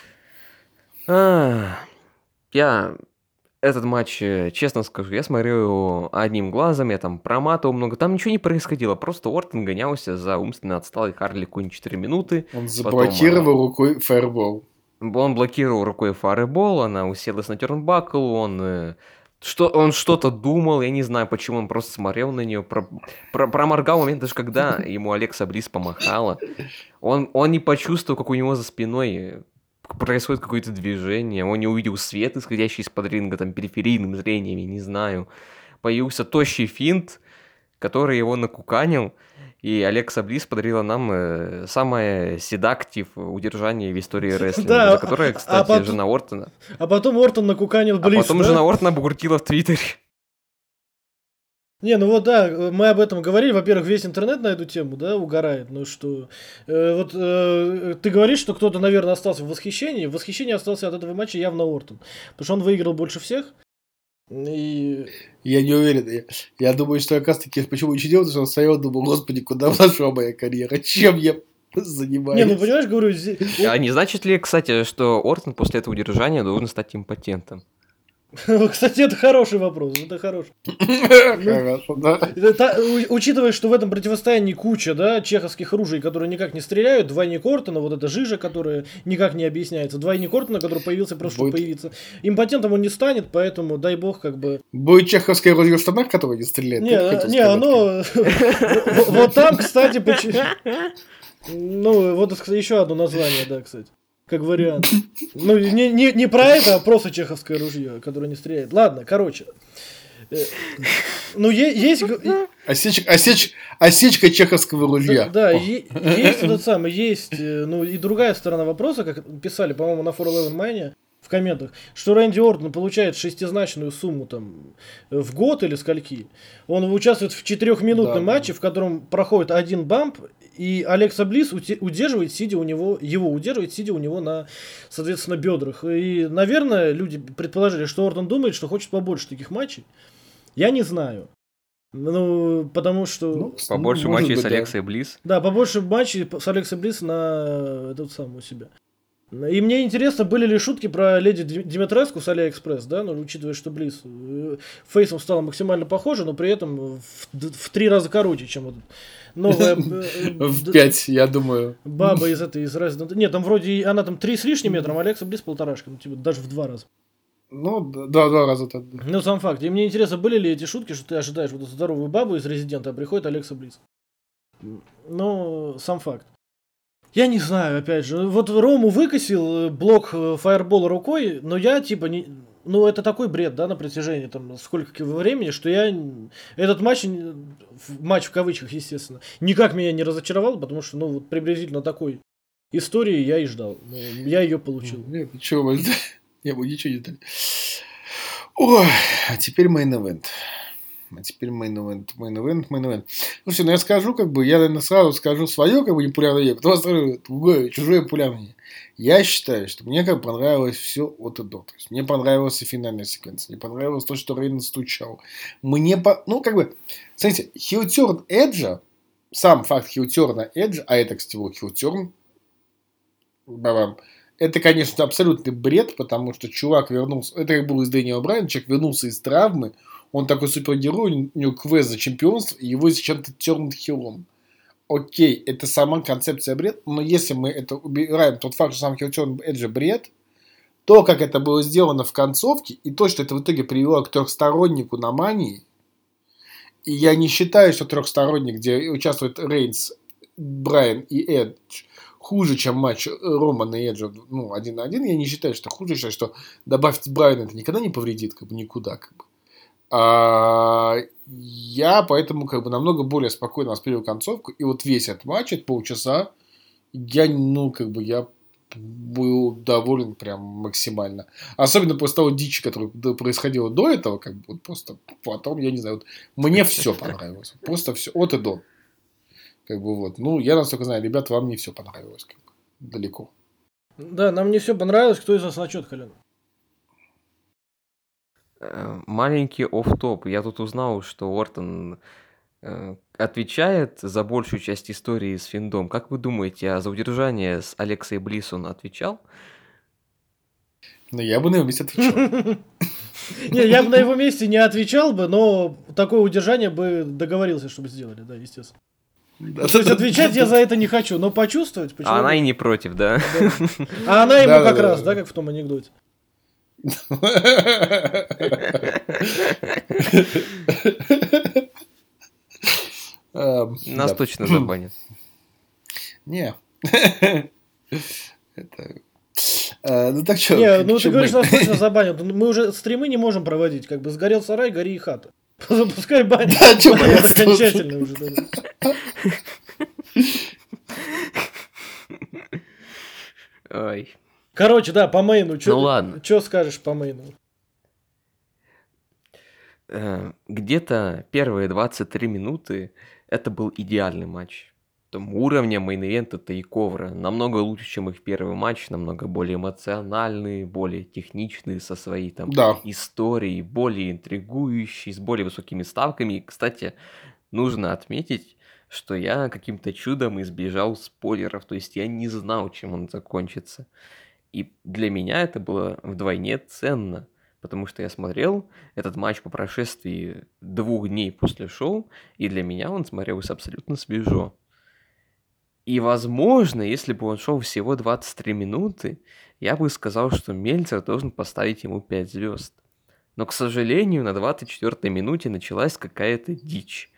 А, Я этот матч, э, честно скажу, я смотрел его одним глазом, я там проматывал много, там ничего не происходило, просто Ортон гонялся за умственно отсталой Харли Квинн четыре минуты, Он заблокировал рукой фаербол. он блокировал рукой фаербол, она уселась на тернбакл, он, э, что, он что-то думал, я не знаю, почему он просто смотрел на нее, про, про- проморгал момент, даже когда ему Алекса Близ помахала, он, он не почувствовал, как у него за спиной э, происходит какое-то движение, он не увидел свет, исходящий из-под ринга, там, периферийным зрением, я не знаю. Появился тощий финт, который его накуканил, и Алекса Близ подарила нам э, самое седактив удержание в истории рестлинга, Да, за которое, а- кстати, а потом- жена Ортона. А потом Ортон накуканил А Близ, потом да? жена Ортона бугуртила в Твиттере. Не, ну вот да, мы об этом говорили. Во-первых, весь интернет на эту тему, да, угорает. Ну что, э, вот э, ты говоришь, что кто-то, наверное, остался в восхищении. В восхищении остался от этого матча явно Ортон. Потому что он выиграл больше всех. И... Я не уверен. Я, я думаю, что как раз таки, почему еще делать, что он стоял, думал, господи, куда пошла моя карьера? Чем я занимаюсь? Не, ну понимаешь, говорю... Здесь... А не значит ли, кстати, что Ортон после этого удержания должен стать импотентом? Кстати, это хороший вопрос, это хороший. Хорошо, да. Учитывая, что в этом противостоянии куча, да, чеховских ружей, которые никак не стреляют, двойник Ортона, вот эта жижа, которая никак не объясняется, двойник Ортона, который появился просто, чтобы появиться. Импотентом он не станет, поэтому, дай бог, как бы... Будет чеховское ружье в штанах, которое не стреляет? Не, не, оно... Вот там, кстати, ну, вот еще одно название, да, кстати. Как вариант. Ну, не, не, не про это, а просто чеховское ружье, которое не стреляет. Ладно, короче. Ну, есть... Осечка, осеч... Осечка чеховского ружья. Да, да есть этот самый, есть, ну, и другая сторона вопроса, как писали, по-моему, на фор элевен Mania в комментах, что Рэнди Ортон получает шестизначную сумму там в год или скольки. Он участвует в четырехминутном да, матче, да. в котором проходит один бамп, и Алекса Блисс удерживает, сидя у него, его удерживает, сидя у него на, соответственно, бедрах. И, наверное, люди предположили, что Ортон думает, что хочет побольше таких матчей. Я не знаю. Ну, потому что... Ну, побольше ну, матчей быть, с Алексой да. Блисс. Да, побольше матчей с Алексой Блисс на этот самый у себя. И мне интересно, были ли шутки про леди Димитреску с Алиэкспресс, да, ну, учитывая, что Блисс фейсом стала максимально похожа, но при этом в, в три раза короче, чем вот новая... В пять, я думаю. Баба из этой, из Resident... Нет, там вроде она там три с лишним метром, а Алекса Блисс полторашка, ну, типа, даже в два раза. Ну, да, два раза так. Ну, сам факт. И мне интересно, были ли эти шутки, что ты ожидаешь вот эту здоровую бабу из Резидента, а приходит Алекса Блисс. Ну, сам факт. Я не знаю, опять же, вот Рому выкосил блок фаербола рукой, но я типа не... Ну, это такой бред, да, на протяжении там сколько времени, что я... Этот матч, матч в кавычках, естественно, никак меня не разочаровал, потому что, ну, вот приблизительно такой истории я и ждал. Я ее получил. Нет, ничего, я бы ничего не дал. Ой, а теперь мейн-эвент. А теперь мейн-эвент, мейн-эвент, мейн-эвент. Ну все, ну я скажу, как бы, я, наверное, сразу скажу свое, как бы, непопулярное мнение, потом скажу другое, чужое популярное мнение. Я считаю, что мне как бы понравилось все от и до. То есть, мне понравилась и финальная секвенция, мне понравилось то, что Рейн стучал. Мне, по... ну, как бы, смотрите, хилтерн Эджа, сам факт хилтерна Эджа, а это, кстати, был хилтерн, это, конечно, абсолютный бред, потому что чувак вернулся, это как было из Дэниела Брайана, человек вернулся из травмы, он такой супергерой, у него квест за чемпионство, и его зачем-то тернут хилом. Окей, это сама концепция бред, но если мы это убираем, тот факт, что сам хил терн Эджа бред, то, как это было сделано в концовке, и то, что это в итоге привело к трехстороннику на Мании, и я не считаю, что трехсторонник, где участвуют Рейнс, Брайан и Эдж, хуже, чем матч Романа и Эджа, ну, один на один, я не считаю, что хуже, я считаю, что добавить Брайана это никогда не повредит, как бы, никуда, как бы. А, я поэтому как бы намного более спокойно воспринял концовку, и вот весь этот матч, это полчаса, я, ну, как бы, я был доволен прям максимально. Особенно после того дичи, которая происходила до этого, как бы, вот просто потом, я не знаю, вот, мне все понравилось, просто все, от и до. Как бы вот, ну, я настолько знаю, ребята, вам не все понравилось, как бы, далеко. Да, нам не все понравилось, кто из нас начнет, Колян? Маленький офф-топ. Я тут узнал, что Ортон э, отвечает за большую часть истории с Финдом. Как вы думаете, а за удержание с Алексой Блисс он отвечал? Ну, я бы на его месте отвечал. Не, я бы на его месте не отвечал бы, но такое удержание бы договорился, чтобы сделали, да, естественно. То есть отвечать я за это не хочу, но почувствовать... А она и не против, да? А она ему как раз, да, как в том анекдоте. Нас точно забанят. Не. Ну так что? Не, ну ты говоришь, нас точно забанят. Мы уже стримы не можем проводить. Как бы сгорел сарай, гори и хата. Запускай баню. Да, что бояться? Окончательно уже. Ой. Короче, да, по мейну. Ну ладно. Что скажешь по мейну? э, где-то первые двадцать три минуты это был идеальный матч. Там уровня мейн-ивента тейковера намного лучше, чем их первый матч, намного более эмоциональный, более техничный, со своей там Да. историей, более интригующий, с более высокими ставками. И, кстати, нужно отметить, что я каким-то чудом избежал спойлеров, то есть я не знал, чем он закончится. И для меня это было вдвойне ценно, потому что я смотрел этот матч по прошествии двух дней после шоу, и для меня он смотрелся абсолютно свежо. И, возможно, если бы он шел всего двадцать три минуты, я бы сказал, что Мельцер должен поставить ему пять звезд. Но, к сожалению, на двадцать четвёртой минуте началась какая-то дичь.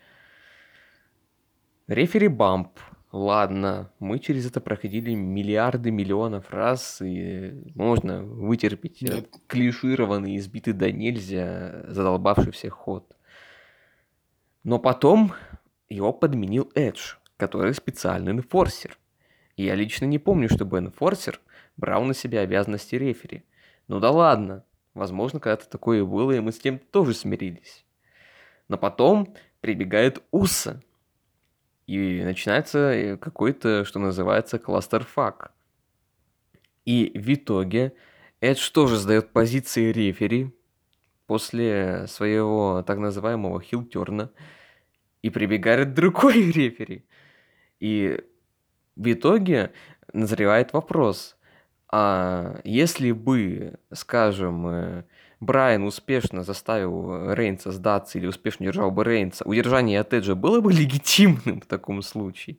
Рефери бамп. Ладно, мы через это проходили миллиарды миллионов раз, и можно вытерпеть Нет. этот клишированный, избитый до нельзя, задолбавший всех ход. Но потом его подменил Эдж, который специальный энфорсер. И я лично не помню, чтобы энфорсер брал на себя обязанности рефери. Ну да ладно, возможно, когда-то такое было, и мы с тем тоже смирились. Но потом прибегает Уса, и начинается какой-то, что называется, кластерфак. И в итоге Эдж тоже сдает позиции рефери после своего так называемого хилтерна, и прибегает другой рефери. И в итоге назревает вопрос, а если бы, скажем, Брайан успешно заставил Рейнса сдаться или успешно держал бы Рейнса, удержание от Эджа было бы легитимным в таком случае?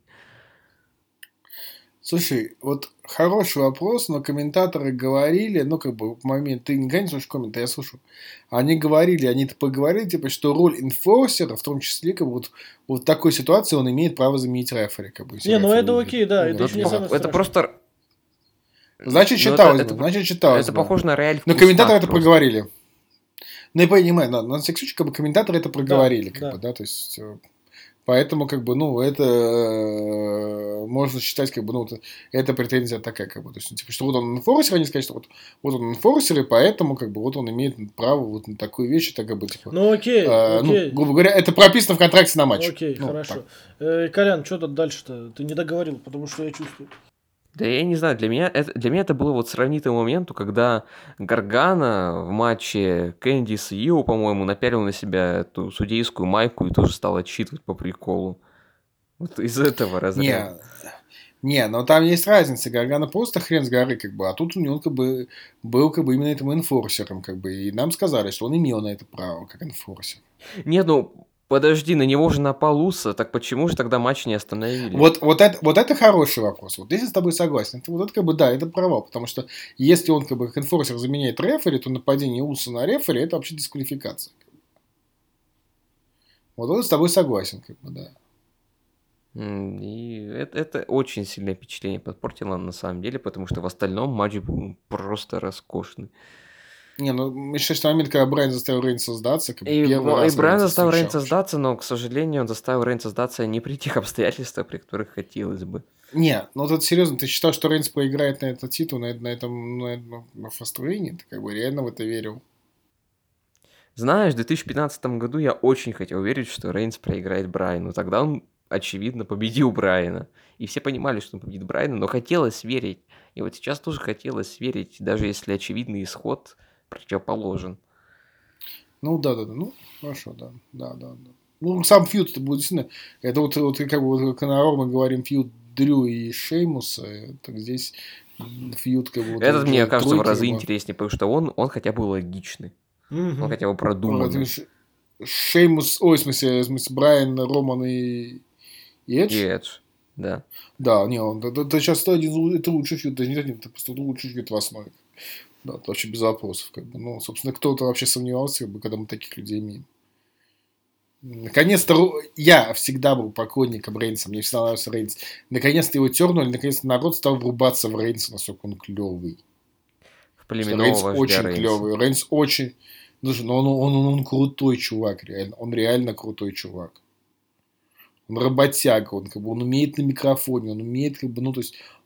Слушай, вот хороший вопрос, но комментаторы говорили, ну, как бы, в момент, ты никогда не слушаешь комменты, я слушаю, они говорили, они-то поговорили, типа, что роль инфорсера, в том числе, как бы, вот, вот в такой ситуации он имеет право заменить рефери, как бы. Не, ну это окей, да, это, ну, еще не это, самое это страшное. просто... Значит, ну, читалось это, бы, это, значит, читалось Это бы. похоже на реаль. Но комментаторы это просто проговорили. Ну, я понимаю, на, на всякий случай, как бы, комментаторы это проговорили, да, как да. бы, да, то есть... Поэтому, как бы, ну, это э, можно считать, как бы, ну, это претензия такая, как бы, то есть, типа, что вот он инфорсер, они сказали, что вот, вот он инфорсер, и поэтому, как бы, вот он имеет право вот на такую вещь, так, как бы, типа... Ну, окей, э, окей. Ну, грубо говоря, это прописано в контракте на матч. Окей, ну, хорошо. Э, Колян, что тут дальше-то? Ты не договорил, потому что я чувствую. Да я не знаю, для меня это, для меня это было вот сравнительно моменту, когда Гаргана в матче Кэндис и Ио, по-моему, напялил на себя эту судейскую майку и тоже стал отчитывать по приколу. Вот из этого разряда. Не, не, но там есть разница. Гаргана просто хрен с горы, как бы, а тут у него как бы был как бы именно этим инфорсером, как бы, и нам сказали, что он имел на это право, как инфорсер. Нет, ну подожди, на него же напал Уса, так почему же тогда матч не остановили? Вот, вот, это, вот это хороший вопрос. Вот здесь я с тобой согласен. Это, вот это как бы, да, это провал. Потому что если он как бы как инфорсер заменяет рефери, то нападение Уса на рефери это вообще дисквалификация. Вот это с тобой согласен, как бы, да. И это, это очень сильное впечатление подпортило на самом деле, потому что в остальном матч был просто роскошный. Не, ну, еще что момент, когда Брайан заставил Рейнса сдаться. Как бы, и первый и раз Брайан заставил встречал. Рейнса сдаться, но, к сожалению, он заставил Рейнса сдаться не при тех обстоятельствах, при которых хотелось бы. Не, ну вот это серьезно, ты считал, что Рейнс проиграет на этот титул, на, на этом, на, на, на фастрейне? Ты как бы реально в это верил? Знаешь, в две тысячи пятнадцатом году я очень хотел верить, что Рейнс проиграет Брайану. Тогда он, очевидно, победил Брайана. И все понимали, что он победит Брайана, но хотелось верить. И вот сейчас тоже хотелось верить, даже если очевидный исход противоположен. Ну, да-да-да, ну, хорошо, да, да-да-да. Ну, сам фьюд это будет действительно... Это вот, вот как бы, вот, как на Ро мы говорим, фьюд Дрю и Шеймуса, так здесь фьюд как бы... Вот, Этот, вот, мне кажется, в разы его. интереснее, потому что он, он хотя бы логичный. Угу. Он хотя бы продуманный. Шеймус, ой, в смысле, в смысле, Брайан, Роман и... И Эдж? И Эдж, да. Да, не, он, это, это сейчас это, один, это лучший фьюд, даже не один, это просто лучший фьюд в основе. Да, это вообще без вопросов, как бы. Ну, собственно, кто-то вообще сомневался, как бы, когда мы таких людей имеем. Наконец-то я всегда был поклонником Рейнса, мне всегда нравился Рейнс. Наконец-то его тернули, наконец-то народ стал врубаться в Рейнса, насколько он клевый. В племенного Рейнс вождя очень Рейнса. клевый, Рейнс очень... Слушай, ну он, он, он, он крутой чувак, реально. Он реально крутой чувак. Он работяга, он как бы он умеет на микрофоне, он умеет как бы, ну, то есть,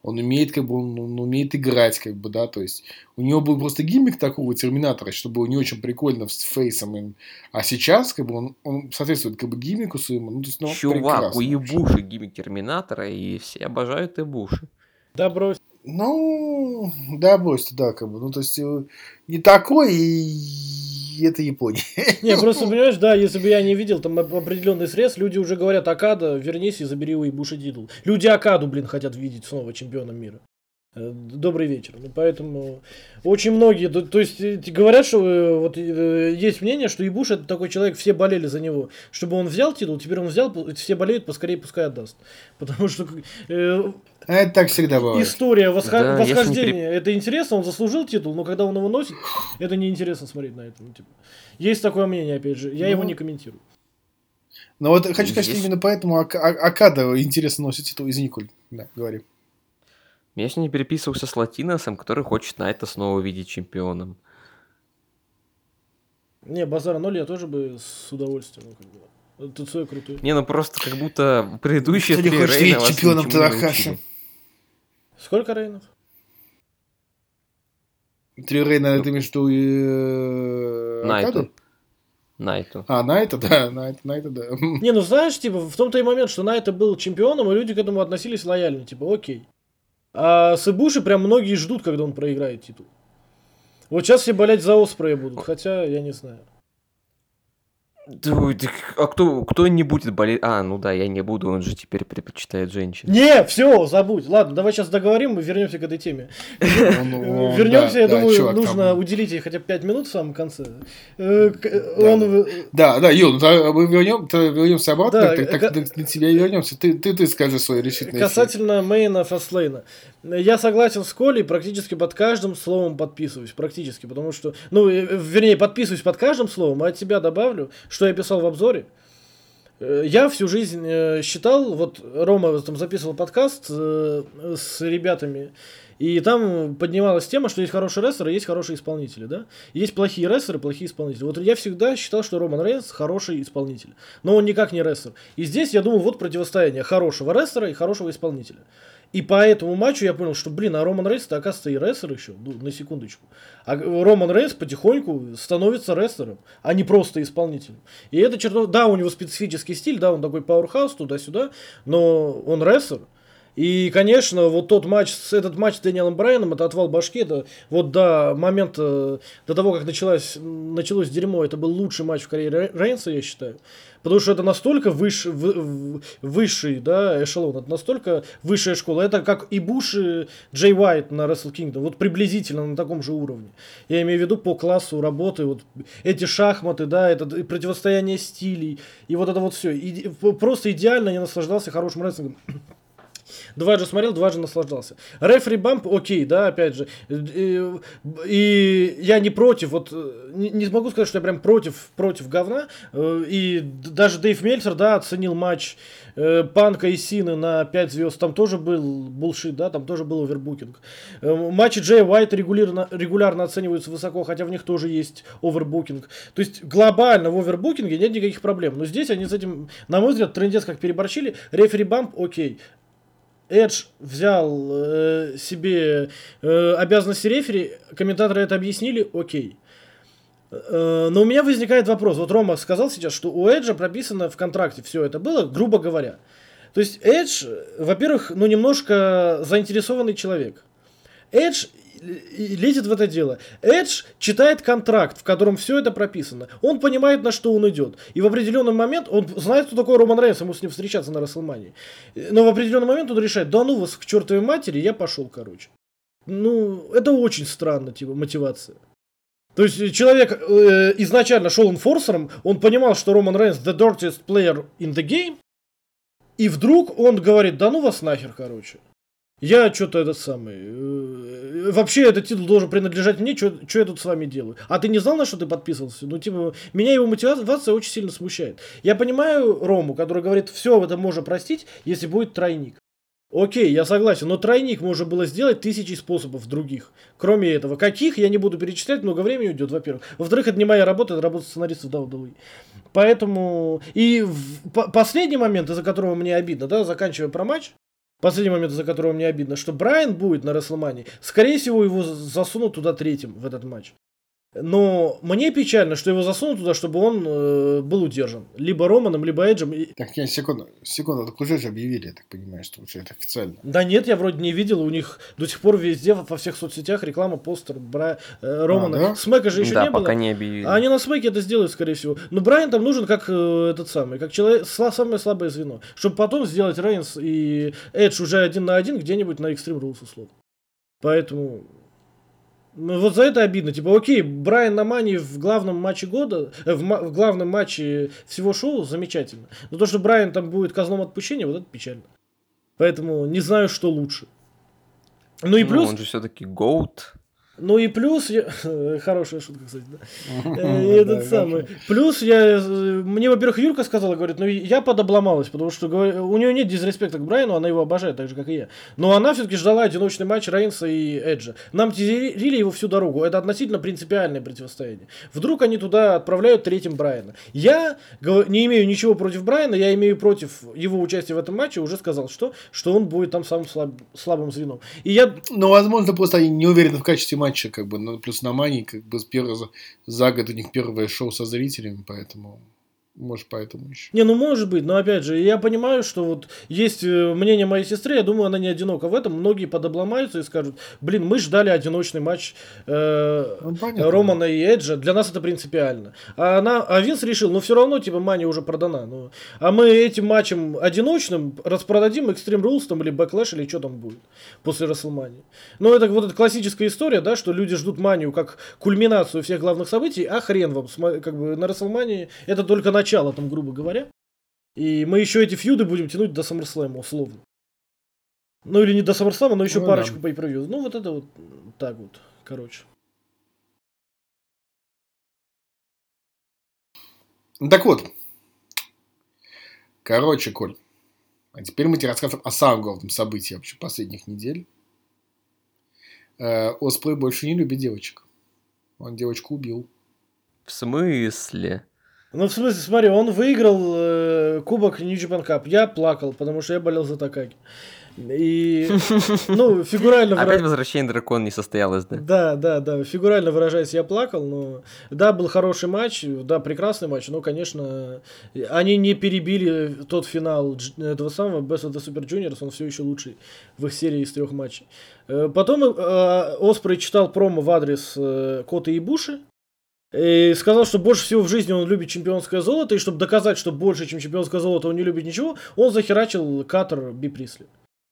Он умеет, как бы, он, он умеет играть, как бы, да, то есть у него был просто гиммик такого Терминатора, что было не очень прикольно с фейсом, а сейчас, как бы, он, он соответствует, как бы, гиммику своему, ну, то есть, ну, Чувак, у Ибуши гиммик Терминатора, и все обожают Ибуши. Да брось. Ну, да, брось, да, как бы, ну, то есть, не такой, и это Япония. Не, просто, понимаешь, да, если бы я не видел там определенный срез, люди уже говорят: Акада, вернись и забери у Ибуши титул. Люди Акаду, блин, хотят видеть снова чемпионом мира. Добрый вечер. Ну, поэтому очень многие, то, то есть говорят, что вот есть мнение, что Ибуши это такой человек, все болели за него, чтобы он взял титул, теперь он взял, все болеют, поскорее пускай отдаст. Потому что э, это так всегда бывает. История восход... да, восхождения, при... это интересно, он заслужил титул, но когда он его носит, это неинтересно смотреть на это. Ну, типа. Есть такое мнение, опять же, я ну... его не комментирую. Ну вот хочу сказать, что именно поэтому Ак- Акада интересно носит титул. Извини, Коль, да, говори. Я еще не переписывался с Латиносом, который хочет Найта снова видеть чемпионом. Не, базара ноль я тоже бы с удовольствием. Ну, как бы. Тцуя крутой. Не, ну просто как будто предыдущие три Рейна Рейна вас чемпионом ничему не научили. Сколько Рейнов? Три Рейна, ну, ты имеешь в виду э... Найту. Найту. А, Найта, да, Найта, Найта, да. Не, ну знаешь, типа, в том-то и момент, что Найта был чемпионом, и люди к этому относились лояльно, типа, окей. А с Ибуши прям многие ждут, когда он проиграет титул. Вот сейчас все болеть за Оспрея будут, хотя я не знаю. А кто, кто не будет болеть? А, ну да, я не буду, он же теперь предпочитает женщин. Не, все, забудь. Ладно, давай сейчас договорим, мы вернемся к этой теме. Вернемся, я думаю, нужно уделить ей хотя бы пять минут в самом конце. Да, да, Юл, мы вернемся обратно, так на тебя и вернемся. Ты скажи свое решительное. Касательно мейна Фастлейна. Я согласен с Колей, практически под каждым словом подписываюсь. Практически, потому что... Ну, вернее, подписываюсь под каждым словом, а от себя добавлю, что я писал в обзоре. Я всю жизнь считал... Вот Рома там записывал подкаст с ребятами, и там поднималась тема, что есть хорошие рестлеры, есть хорошие исполнители, да? Есть плохие рестлеры, плохие исполнители. Вот я всегда считал, что Роман Рейнс хороший исполнитель, но он никак не рестлер. И здесь я думал, вот противостояние хорошего рестлера и хорошего исполнителя. И по этому матчу я понял, что, блин, а Роман Рейнс-то, оказывается, и рестлер еще, ну, на секундочку. А Роман Рейнс потихоньку становится рестлером, а не просто исполнителем. И это черт... Да, у него специфический стиль, да, он такой пауэрхаус туда-сюда, но он рестлер. И, конечно, вот тот матч, этот матч с Дэниелом Брайаном, это отвал башки, это вот до момента, до того, как началось, началось дерьмо, это был лучший матч в карьере Рейнса, я считаю. Потому что это настолько выш, вы, высший, да, эшелон, это настолько высшая школа. Это как и Буш, и Джей Уайт на Wrestle Kingdom, вот приблизительно на таком же уровне. Я имею в виду по классу работы, вот эти шахматы, да, это противостояние стилей, и вот это вот все. И, просто идеально я наслаждался хорошим рестлингом. Дважды смотрел, дважды наслаждался. Рефери бамп, окей, да, опять же. И, и я не против, вот не, не могу сказать, что я прям против, против говна. И даже Дэйв Мельцер, да, оценил матч Панка и Сины на пять звезд. Там тоже был булшит, да, там тоже был овербукинг. Матчи Джея Уайта регулярно, регулярно оцениваются высоко, хотя в них тоже есть овербукинг. То есть глобально в овербукинге нет никаких проблем. Но здесь они с этим, на мой взгляд, трындец как переборщили. Рефери бамп, окей. Эдж взял э, себе э, обязанности рефери, комментаторы это объяснили, окей. Э, но у меня возникает вопрос. Вот Рома сказал сейчас, что у Эджа прописано в контракте все это было, грубо говоря. То есть Эдж, во-первых, ну немножко заинтересованный человек. Эдж лезет в это дело. Эдж читает контракт, в котором все это прописано. Он понимает, на что он идет. И в определенный момент он знает, кто такой Роман Рейнс, ему с ним встречаться на Расселмании. Но в определенный момент он решает, да ну вас к чертовой матери, я пошел, короче. Ну, это очень странно, типа, мотивация. То есть человек э, изначально шел инфорсером, он понимал, что Роман Рейнс the dirtiest player in the game, и вдруг он говорит, да ну вас нахер, короче. Я что-то этот самый... Э, вообще этот титул должен принадлежать мне, что я тут с вами делаю? А ты не знал, на что ты подписывался? Ну, типа, меня его мотивация очень сильно смущает. Я понимаю Рому, который говорит, все, это можно простить, если будет тройник. Окей, я согласен, но тройник можно было сделать тысячи способов других. Кроме этого. Каких, я не буду перечислять, много времени уйдет, во-первых. Во-вторых, это не моя работа, это работа сценаристов дабл ю дабл ю и. Поэтому... И в... последний момент, из-за которого мне обидно, да, заканчивая про матч, последний момент, из-за которого мне обидно, что Брайан будет на Рестлмании, скорее всего, его засунут туда третьим в этот матч. Но мне печально, что его засунут туда, чтобы он э, был удержан. Либо Романом, либо Эджем. Так, я секунду, секунду, так уже же объявили, я так понимаю, что уже это официально. Да нет, я вроде не видел, у них до сих пор везде, во всех соцсетях реклама, постер Бра... э, Романа. А, да? Смэка же еще да, не было. Да, пока не объявили. А они на Смэке это сделают, скорее всего. Но Брайан там нужен как э, этот самый, как человек, самое слабое звено. Чтобы потом сделать Рейнс и Эдж уже один на один где-нибудь на Extreme Rules условно. Поэтому... Ну, вот за это обидно. Типа, окей, Брайан на Мани в главном матче года, э, в, ма- в главном матче всего шоу замечательно. Но то, что Брайан там будет козлом отпущения, вот это печально. Поэтому не знаю, что лучше. Ну и плюс... Ну, он же все-таки гоут. Ну и плюс, я... хорошая шутка, кстати, да. Этот самый. Плюс я, мне, во-первых, Юрка сказала, говорит, ну я подобломалась, потому что у нее нет дизреспекта к Брайану, она его обожает, так же, как и я. Но она все-таки ждала одиночный матч Рейнса и Эджа. Нам тизерили его всю дорогу, это относительно принципиальное противостояние. Вдруг они туда отправляют третьим Брайана. Я не имею ничего против Брайана, я имею против его участия в этом матче, уже сказал, что, что он будет там самым слаб, слабым звеном. И я... Ну, возможно, просто они не уверены в качестве матча, как бы, ну, плюс на Мани, как бы, с первого, за, за год у них первое шоу со зрителями, поэтому, может, поэтому еще. Не, ну, может быть, но, опять же, я понимаю, что вот есть мнение моей сестры, я думаю, она не одинока в этом, многие подобломаются и скажут, блин, мы ждали одиночный матч э, ну, Романа и Эджа, для нас это принципиально. А, она, а Винс решил, ну, все равно, типа, Мани уже продана, ну, а мы этим матчем одиночным распродадим Extreme Rules там, или Backlash, или что там будет после WrestleMania. Ну, это вот эта классическая история, да, что люди ждут Манию как кульминацию всех главных событий, а хрен вам, как бы, на WrestleMania это только на начало, там, грубо говоря. И мы еще эти фьюды будем тянуть до SummerSlam, условно. Ну, или не до SummerSlam, но еще ну, парочку да. pay-per-view. Ну, вот это вот так вот, короче. Так вот. Короче, Коль. А теперь мы тебе расскажем о самом главном событии вообще последних недель. Оспрей больше не любит девочек. Он девочку убил. В смысле? Ну, в смысле, смотри, он выиграл э, кубок New Japan Cup. Я плакал, потому что я болел за Такаги. И, ну, фигурально... Опять возвращение дракона не состоялось, да? Да, да, да. Фигурально выражаясь, я плакал, но... Да, был хороший матч, да, прекрасный матч, но, конечно, они не перебили тот финал этого самого Best of the Super Juniors, он все еще лучший в их серии из трех матчей. Потом э, Оспрей читал промо в адрес э, Кота Ибуши, и сказал, что больше всего в жизни он любит чемпионское золото, и чтобы доказать, что больше, чем чемпионское золото, он не любит ничего, он захерачил катер Би Присли.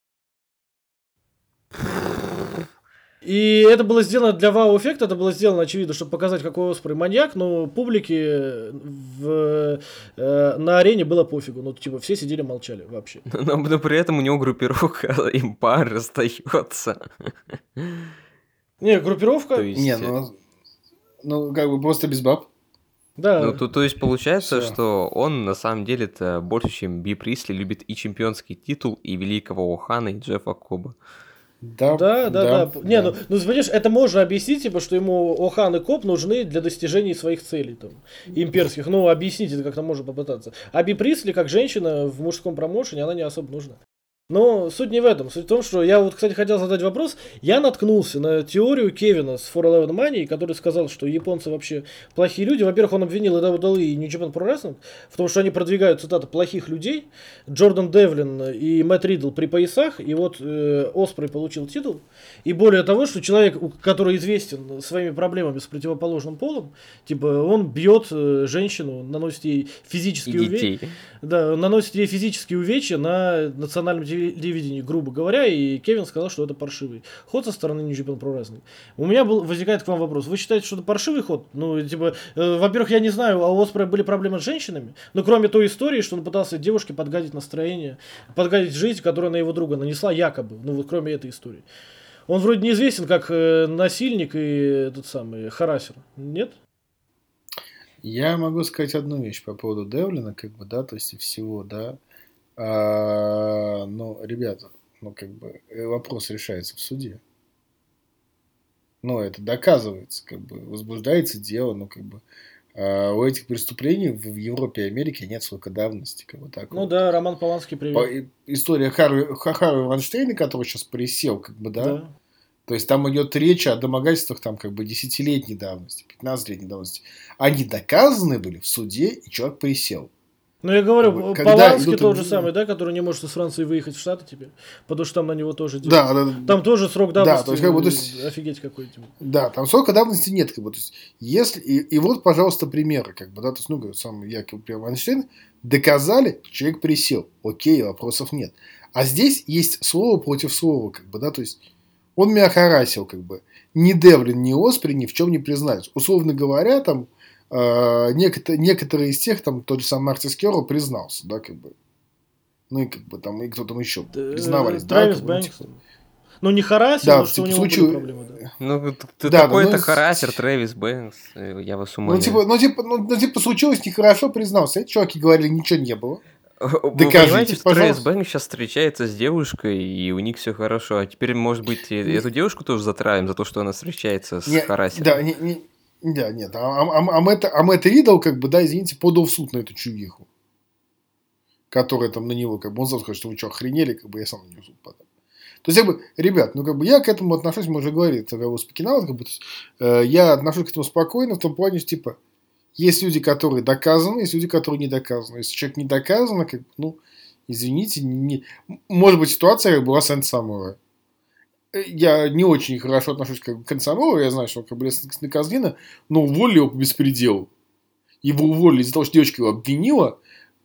И это было сделано для вау-эффекта, это было сделано, очевидно, чтобы показать, какой Оспрей маньяк, но публике в, э, на арене было пофигу, ну, типа, все сидели, молчали вообще. Но, но при этом у него группировка Импайр остается. Не, группировка... То есть... Не, ну... Ну, как бы просто без баб. Да. Ну, то, то есть получается, Всё. Что он на самом деле-то больше, чем Би Присли, любит и чемпионский титул, и великого Охана, и Джеффа Коба. Да, да, да. да. да. Не, ну, ну, понимаешь, это можно объяснить, типа, что ему Охан и Коб нужны для достижения своих целей, там, имперских. Ну, объяснить это как-то можно попытаться. А Би Присли, как женщина в мужском промоушене, она не особо нужна. Но суть не в этом. Суть в том, что я вот, кстати, хотел задать вопрос. Я наткнулся на теорию Кевина с фор элевен Money, который сказал, что японцы вообще плохие люди. Во-первых, он обвинил и дабл ю дабл ю и, и New Japan Pro Wrestling в том, что они продвигают, цитата, плохих людей. Джордан Девлин и Мэтт Ридл при поясах, и вот э, Оспрей получил титул. И более того, что человек, который известен своими проблемами с противоположным полом, типа он бьет э, женщину, наносит ей физические увечья. Да, наносит ей физические увечья на национальном телевидении, грубо говоря, и Кевин сказал, что это паршивый ход со стороны New Japan Pro Wrestling. У меня был, возникает к вам вопрос. Вы считаете, что это паршивый ход? Ну, типа, э, во-первых, я не знаю, а у Оспрея были проблемы с женщинами, но кроме той истории, что он пытался девушке подгадить настроение, подгадить жизнь, которую на его друга нанесла якобы, ну, вот кроме этой истории. Он вроде неизвестен как э, насильник и тот самый харассер. Нет? Я могу сказать одну вещь по поводу Девлина, как бы, да, то есть всего, да. А, ну, ребята, ну, как бы, вопрос решается в суде. Ну, это доказывается, как бы, возбуждается дело, ну, как бы, А у этих преступлений в Европе и Америке нет срока давности. Как бы, так Ну вот. да, Роман Поланский привел. По, история Харви, Харви Вайнштейна, который сейчас присел, как бы, да? Да. То есть там идет речь о домогательствах там как бы десятилетней давности, пятнадцатилетней давности. Они доказаны были в суде, и человек присел. Ну, я говорю, Как бы, Поланский идут... тот же самый, да, который не может из Франции выехать в Штаты теперь, потому что там на него тоже делают. Да, да, там тоже срок давности, да, то есть, как бы, то есть, офигеть какой-то. Да, там срока давности нет, как бы, то есть, если, и, и вот, пожалуйста, примеры, как бы, да, то есть, ну, говорю, сам Яков Вайнштейн, доказали, человек присел, окей, вопросов нет. А здесь есть слово против слова, как бы, да, то есть, он меня харасил, как бы, ни Девлин, ни Оспри ни в чем не признались. Условно говоря, там, э, некоторые, некоторые из тех, там, тот же сам Мартис Керрол признался, да, как бы, ну, и, как бы, там, и кто там еще признавались, да, Трэвис Бэнкс. Ну, не харасил, да, но что типа, у него случай... были проблемы, да. Ну, ты да, такой-то да, ну, харасер, Трэвис Бэнкс, я вас умоляю. Ну, типа, ну, типа, ну, ну, типа, случилось нехорошо, признался. Эти чуваки говорили, ничего не было. Вы Докажите, понимаете, что Трэвис Бэнкс сейчас встречается с девушкой, и у них все хорошо. А теперь, может быть, не... эту девушку тоже затравим за то, что она встречается с не, харасером? Да, не, не, да, нет. А, а, а, Мэтт, а Мэтт Ридл, как бы, да, извините, подал в суд на эту чувиху, которая там на него, как бы, он сказал, что вы что, охренели, как бы, я сам на него суд подал. То есть, как бы, ребят, ну, как бы, я к этому отношусь, мы уже говорили, это как бы, спикинал, как бы, есть, э, я отношусь к этому спокойно, в том плане, что, типа, есть люди, которые доказаны, есть люди, которые не доказаны. Если человек не доказан, как бы, ну, извините, не... может быть, ситуация как была с Энн Самуэлом. Я не очень хорошо отношусь как, к Энн Самуэлу, я знаю, что он как бы на Козлина, но уволили его по беспределу. Его уволили из-за того, что девочка его обвинила.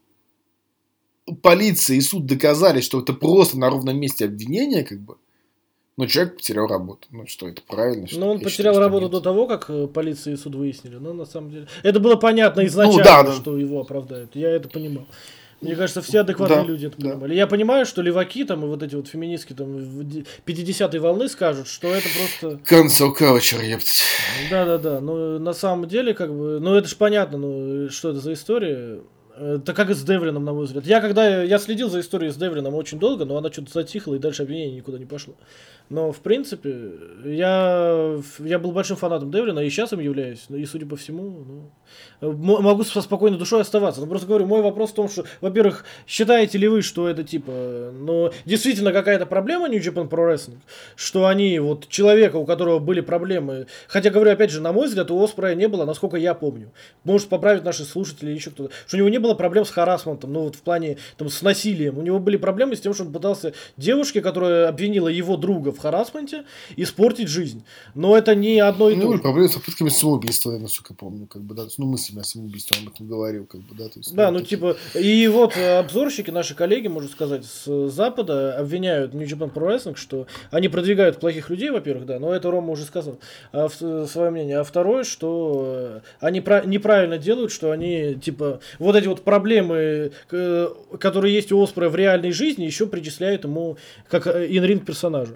Полиция и суд доказали, что это просто на ровном месте обвинение, как бы. Но человек потерял работу. Ну что, это правильно? Что Но он я потерял считаю, работу нет. до того, как полиция и суд выяснили. Но на самом деле... Это было понятно изначально, ну, да, что да. его оправдают. Я это понимал. Мне кажется, все адекватные да, люди это да. понимали. Я понимаю, что леваки там и вот эти вот феминистки там пятидесятой волны скажут, что это просто... Cancel culture, ептать. Да-да-да. Но на самом деле, как бы... Ну, это же понятно, ну, что это за история... Это как и с Девлином, на мой взгляд. Я когда я следил за историей с Девлином очень долго, но она что-то затихла, и дальше обвинение никуда не пошло. Но, в принципе, я, я был большим фанатом Девлина, и сейчас им являюсь. И, судя по всему, ну, могу со спокойной душой оставаться. Но просто говорю, мой вопрос в том, что, во-первых, считаете ли вы, что это, типа, ну, действительно какая-то проблема New Japan Pro Wrestling? Что они, вот, человека, у которого были проблемы... Хотя, говорю, опять же, на мой взгляд, у Оспрея не было, насколько я помню. Может, поправить наши слушатели или еще кто-то. Что у него не было проблем с харассментом, ну, вот в плане, там, с насилием. У него были проблемы с тем, что он пытался девушке, которая обвинила его друга в харассменте, испортить жизнь. Но это не одно и то же. Ну, проблемы с попытками самоубийства, я насколько помню, как бы, да, ну, мыслями о самоубийстве, он об этом говорил, как бы, да, то есть... Да, ну, типа, и вот обзорщики, наши коллеги, можно сказать, с Запада обвиняют New Japan Pro Wrestling, что они продвигают плохих людей, во-первых, да, но это Рома уже сказал, а, в, свое мнение, а второе, что они про- неправильно делают, что они, типа, вот эти вот проблемы, которые есть у Оспрея в реальной жизни, еще причисляют ему как ин-ринг персонажу.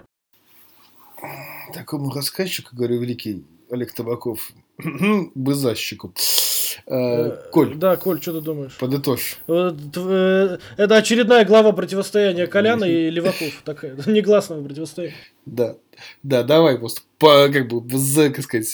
Такому рассказчику, говорю, великий Олег Табаков, бызащику. Э, Коль. Да, Коль, что ты думаешь? Подытожь. Это очередная глава противостояния Коляна и Леваков. Такая, негласного противостояния. Да, да, давай просто, по, как бы, за, как сказать,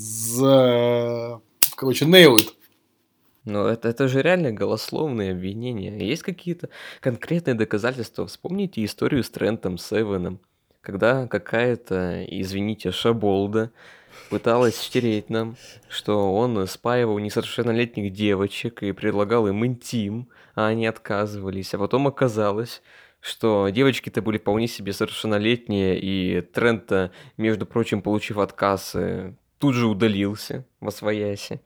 за, короче, nail it. Ну, это, это же реально голословные обвинения. Есть какие-то конкретные доказательства? Вспомните историю с Трентом Севеном, когда какая-то, извините, шаболда пыталась стереть нам, что он спаивал несовершеннолетних девочек и предлагал им интим, а они отказывались. А потом оказалось, что девочки-то были вполне себе совершеннолетние, и Трент, между прочим, получив отказ, тут же удалился восвояси.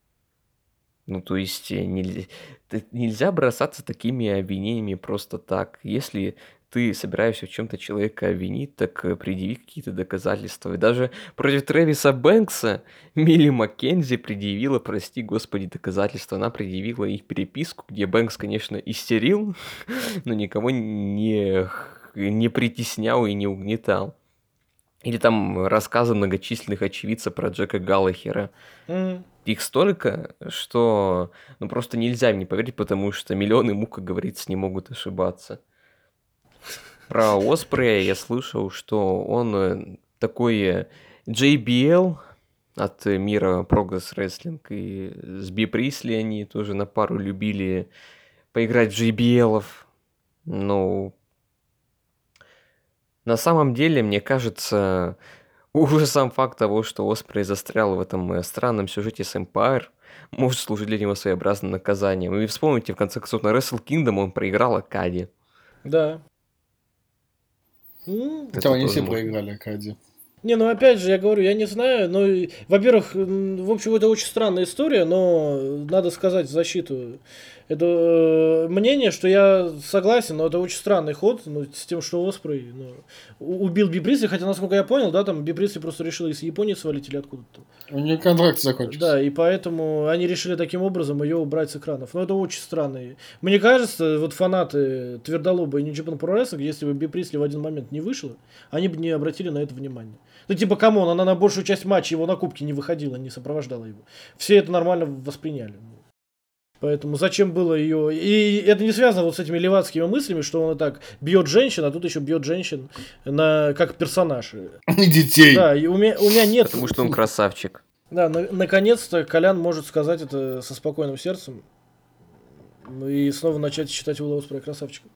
Ну, то есть нельзя, нельзя бросаться такими обвинениями просто так. Если ты собираешься в чем-то человека обвинить, так предъяви какие-то доказательства. И даже против Трэвиса Бэнкса Милли Маккензи предъявила, прости господи, доказательства. Она предъявила их переписку, где Бэнкс, конечно, истерил, но никого не, не притеснял и не угнетал. Или там рассказы многочисленных очевидцев про Джека Галлахера. Mm. Их столько, что ну, просто нельзя им не поверить, потому что миллионы мук, как говорится, не могут ошибаться. Про Оспрея я слышал, что он такой джей би эл, от мира Progress Wrestling. И с Би Присли они тоже на пару любили поиграть в джей би эл-ов. Ну, на самом деле, мне кажется, уже сам факт того, что Оспрей застрял в этом э, странном сюжете с Empire, может служить для него своеобразным наказанием. И вспомните, в конце концов, на Wrestle Kingdom он проиграл Акади. Да. Хотя они все проиграли Акади. Не, ну опять же, я говорю, я не знаю, но, во-первых, в общем, это очень странная история, но надо сказать в защиту это э, мнение, что я согласен, но это очень странный ход, ну, с тем, что Оспрей ну, убил Би Присли, хотя, насколько я понял, да, там Би Присли просто решил из Японии свалить или откуда-то. У нее контракт закончился. Да, и поэтому они решили таким образом ее убрать с экранов. Но это очень странно. Мне кажется, вот фанаты Твердолоба и New Japan Pro Wrestling, если бы Би Присли в один момент не вышла, они бы не обратили на это внимание. Ну, типа, камон, она на большую часть матча его на кубке не выходила, не сопровождала его. Все это нормально восприняли. Поэтому зачем было ее... И это не связано вот с этими левацкими мыслями, что он и так бьет женщин, а тут еще бьет женщин на... как персонаж. И детей. Да, и у меня, у меня нет... Потому что он красавчик. Да, на- наконец-то Колян может сказать это со спокойным сердцем и снова начать считать Уилла Оспрея красавчиком.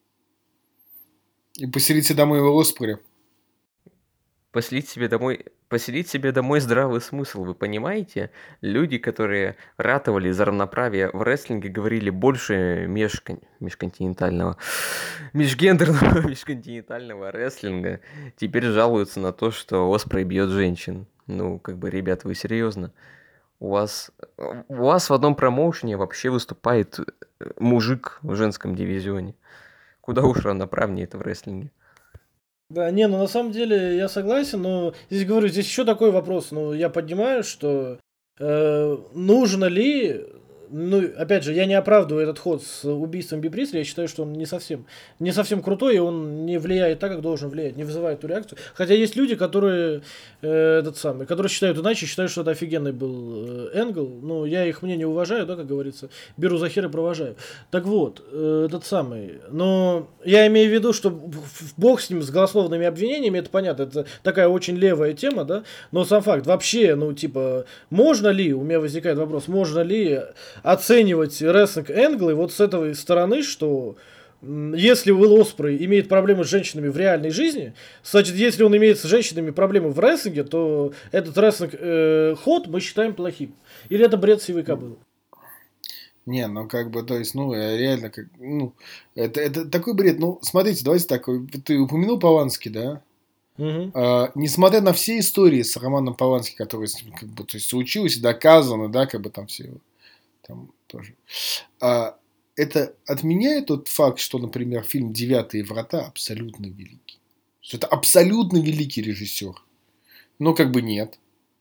И поселить себе домой его Оспрея. Поселить себе домой, поселить себе домой здравый смысл, вы понимаете? Люди, которые ратовали за равноправие в рестлинге, говорили больше межкон... межконтинентального, межгендерного, межконтинентального рестлинга, теперь жалуются на то, что Оспрей бьет женщин. Ну, как бы, ребят, вы серьезно? У вас, у вас в одном промоушене вообще выступает мужик в женском дивизионе. Куда уж равноправнее это в рестлинге. Да, не, ну на самом деле я согласен, но здесь говорю, здесь еще такой вопрос, ну я поднимаю, что э, нужно ли, ну опять же, я не оправдываю этот ход с убийством Би Присли, я считаю, что он не совсем, не совсем крутой, и он не влияет так, как должен влиять, не вызывает ту реакцию. Хотя есть люди, которые, э, этот самый, которые считают иначе, считают, что это офигенный был э, Энгл, ну я их мнение уважаю, да, как говорится, беру за хер и провожаю. Так вот, э, этот самый, но я имею в виду, что в- бог с ним, с голословными обвинениями, это понятно, это такая очень левая тема, да, но сам факт, вообще, ну типа, можно ли, у меня возникает вопрос, можно ли оценивать рестлинг Энглы вот с этой стороны, что м, если Уилл Оспрей имеет проблемы с женщинами в реальной жизни, значит, если он имеет с женщинами проблемы в рестлинге, то этот рестлинг э, ход мы считаем плохим. Или это бред сивой кобылы? Не, ну как бы, то есть, ну, реально, как, ну, это, это такой бред. Ну, смотрите, давайте так, ты упомянул Полански, да? Угу. А, несмотря на все истории с Романом Полански, которые с ним, как бы, то есть, случилось, доказано, да, как бы там все, там тоже. А, это отменяет тот факт, что, например, фильм «Девятые врата» абсолютно великий. Что это абсолютно великий режиссер. Но как бы нет.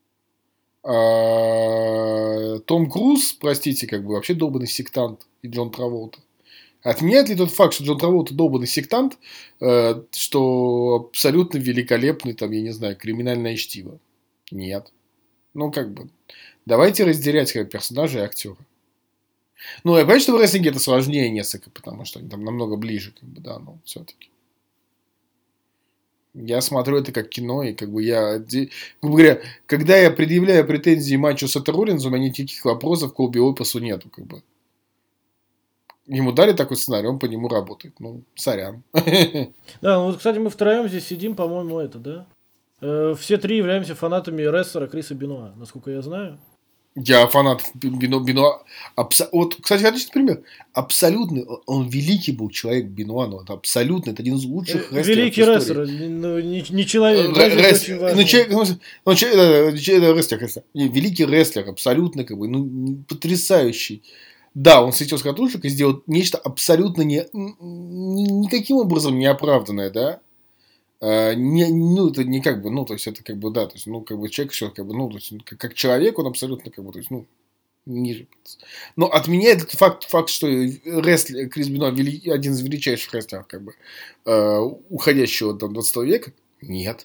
А, Том Круз, простите, как бы вообще долбанный сектант, и Джон Траволта. Отменяет ли тот факт, что Джон Траволта долбанный сектант, э, что абсолютно великолепный, там, я не знаю, криминальное чтиво? Нет. Ну, как бы, давайте разделять как бы, персонажа и актера. Ну, я понимаю, что в рестлинге это сложнее несколько, потому что они там намного ближе, как бы, да, но все-таки. Я смотрю это как кино, и как бы я, грубо говоря, когда я предъявляю претензии матчу Сета Роллинза, у меня никаких вопросов к Колби Опасу нету, как бы. Ему дали такой сценарий, он по нему работает. Ну, сорян. Да, ну вот, кстати, мы втроем здесь сидим, по-моему, это, да? Э, все три являемся фанатами рестлера Криса Бенуа, насколько я знаю. Я фанат Бено, Бенуа. Абсо... Вот, кстати, отличный пример. Абсолютно, он великий был человек Бенуа, но это абсолютно, это один из лучших рестлеров Великий рестлер, ну, не, не человек. Рес... Ну, человек, ну, ну, человек, рестлер, рестлер. Великий рестлер, абсолютно, как бы, ну, потрясающий. Да, он светил с катушек и сделал нечто абсолютно не, ни, никаким образом неоправданное, да. Uh, не, ну, это не как бы, ну, то есть, это как бы, да, то есть, ну, как бы, человек все, как бы, ну, то есть, как, как человек, он абсолютно, как бы, то есть, ну, ниже. Но отменяет этот факт, факт, что рестлер, Крис Бенуа один из величайших рестлеров, как бы, uh, уходящего до двадцатого века? Нет.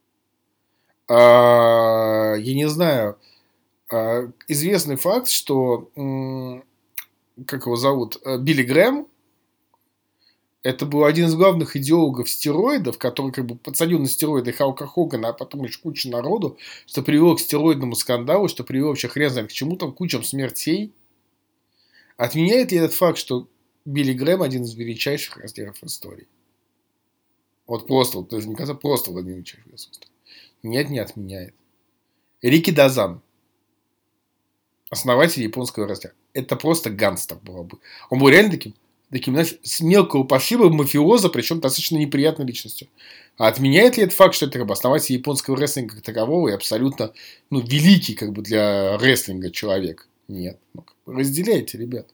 Uh, я не знаю, uh, известный факт, что, um, как его зовут, Билли Грэм, Это был один из главных идеологов стероидов, который как бы подсадил на стероиды Халка Хогана, а потом еще кучу народу, что привело к стероидному скандалу, что привело вообще хрен знает к чему, там кучам смертей. Отменяет ли этот факт, что Билли Грэм один из величайших рестлеров истории? Вот просто, вот даже не казалось, просто один из величайших рестлеров истории. Нет, не отменяет. Рики Дазан, основатель японского рестлера. Это просто гангстер был бы. Он был реально таким, таким, знаешь, с мелкого пошиба мафиоза, причем достаточно неприятной личностью. А отменяет ли этот факт, что это как бы основатель японского рестлинга как такового и абсолютно, ну, великий как бы для рестлинга человек? Нет. Ну, разделяйте, ребят.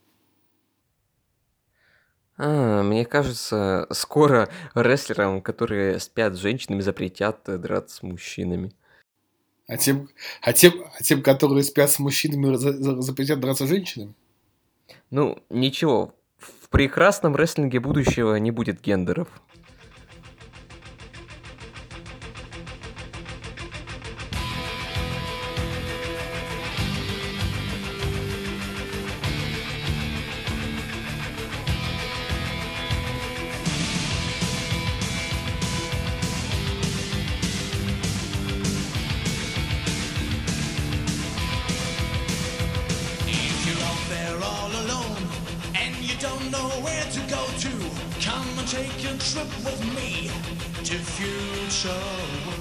А, мне кажется, скоро рестлерам, которые спят с женщинами, запретят э, драться с мужчинами. А тем, а тем, а тем которые спят с мужчинами, за- за- запретят драться с женщинами? Ну, ничего, в прекрасном рестлинге будущего не будет гендеров. If you're out there all alone and you don't know where to go to, come and take a trip with me to future world.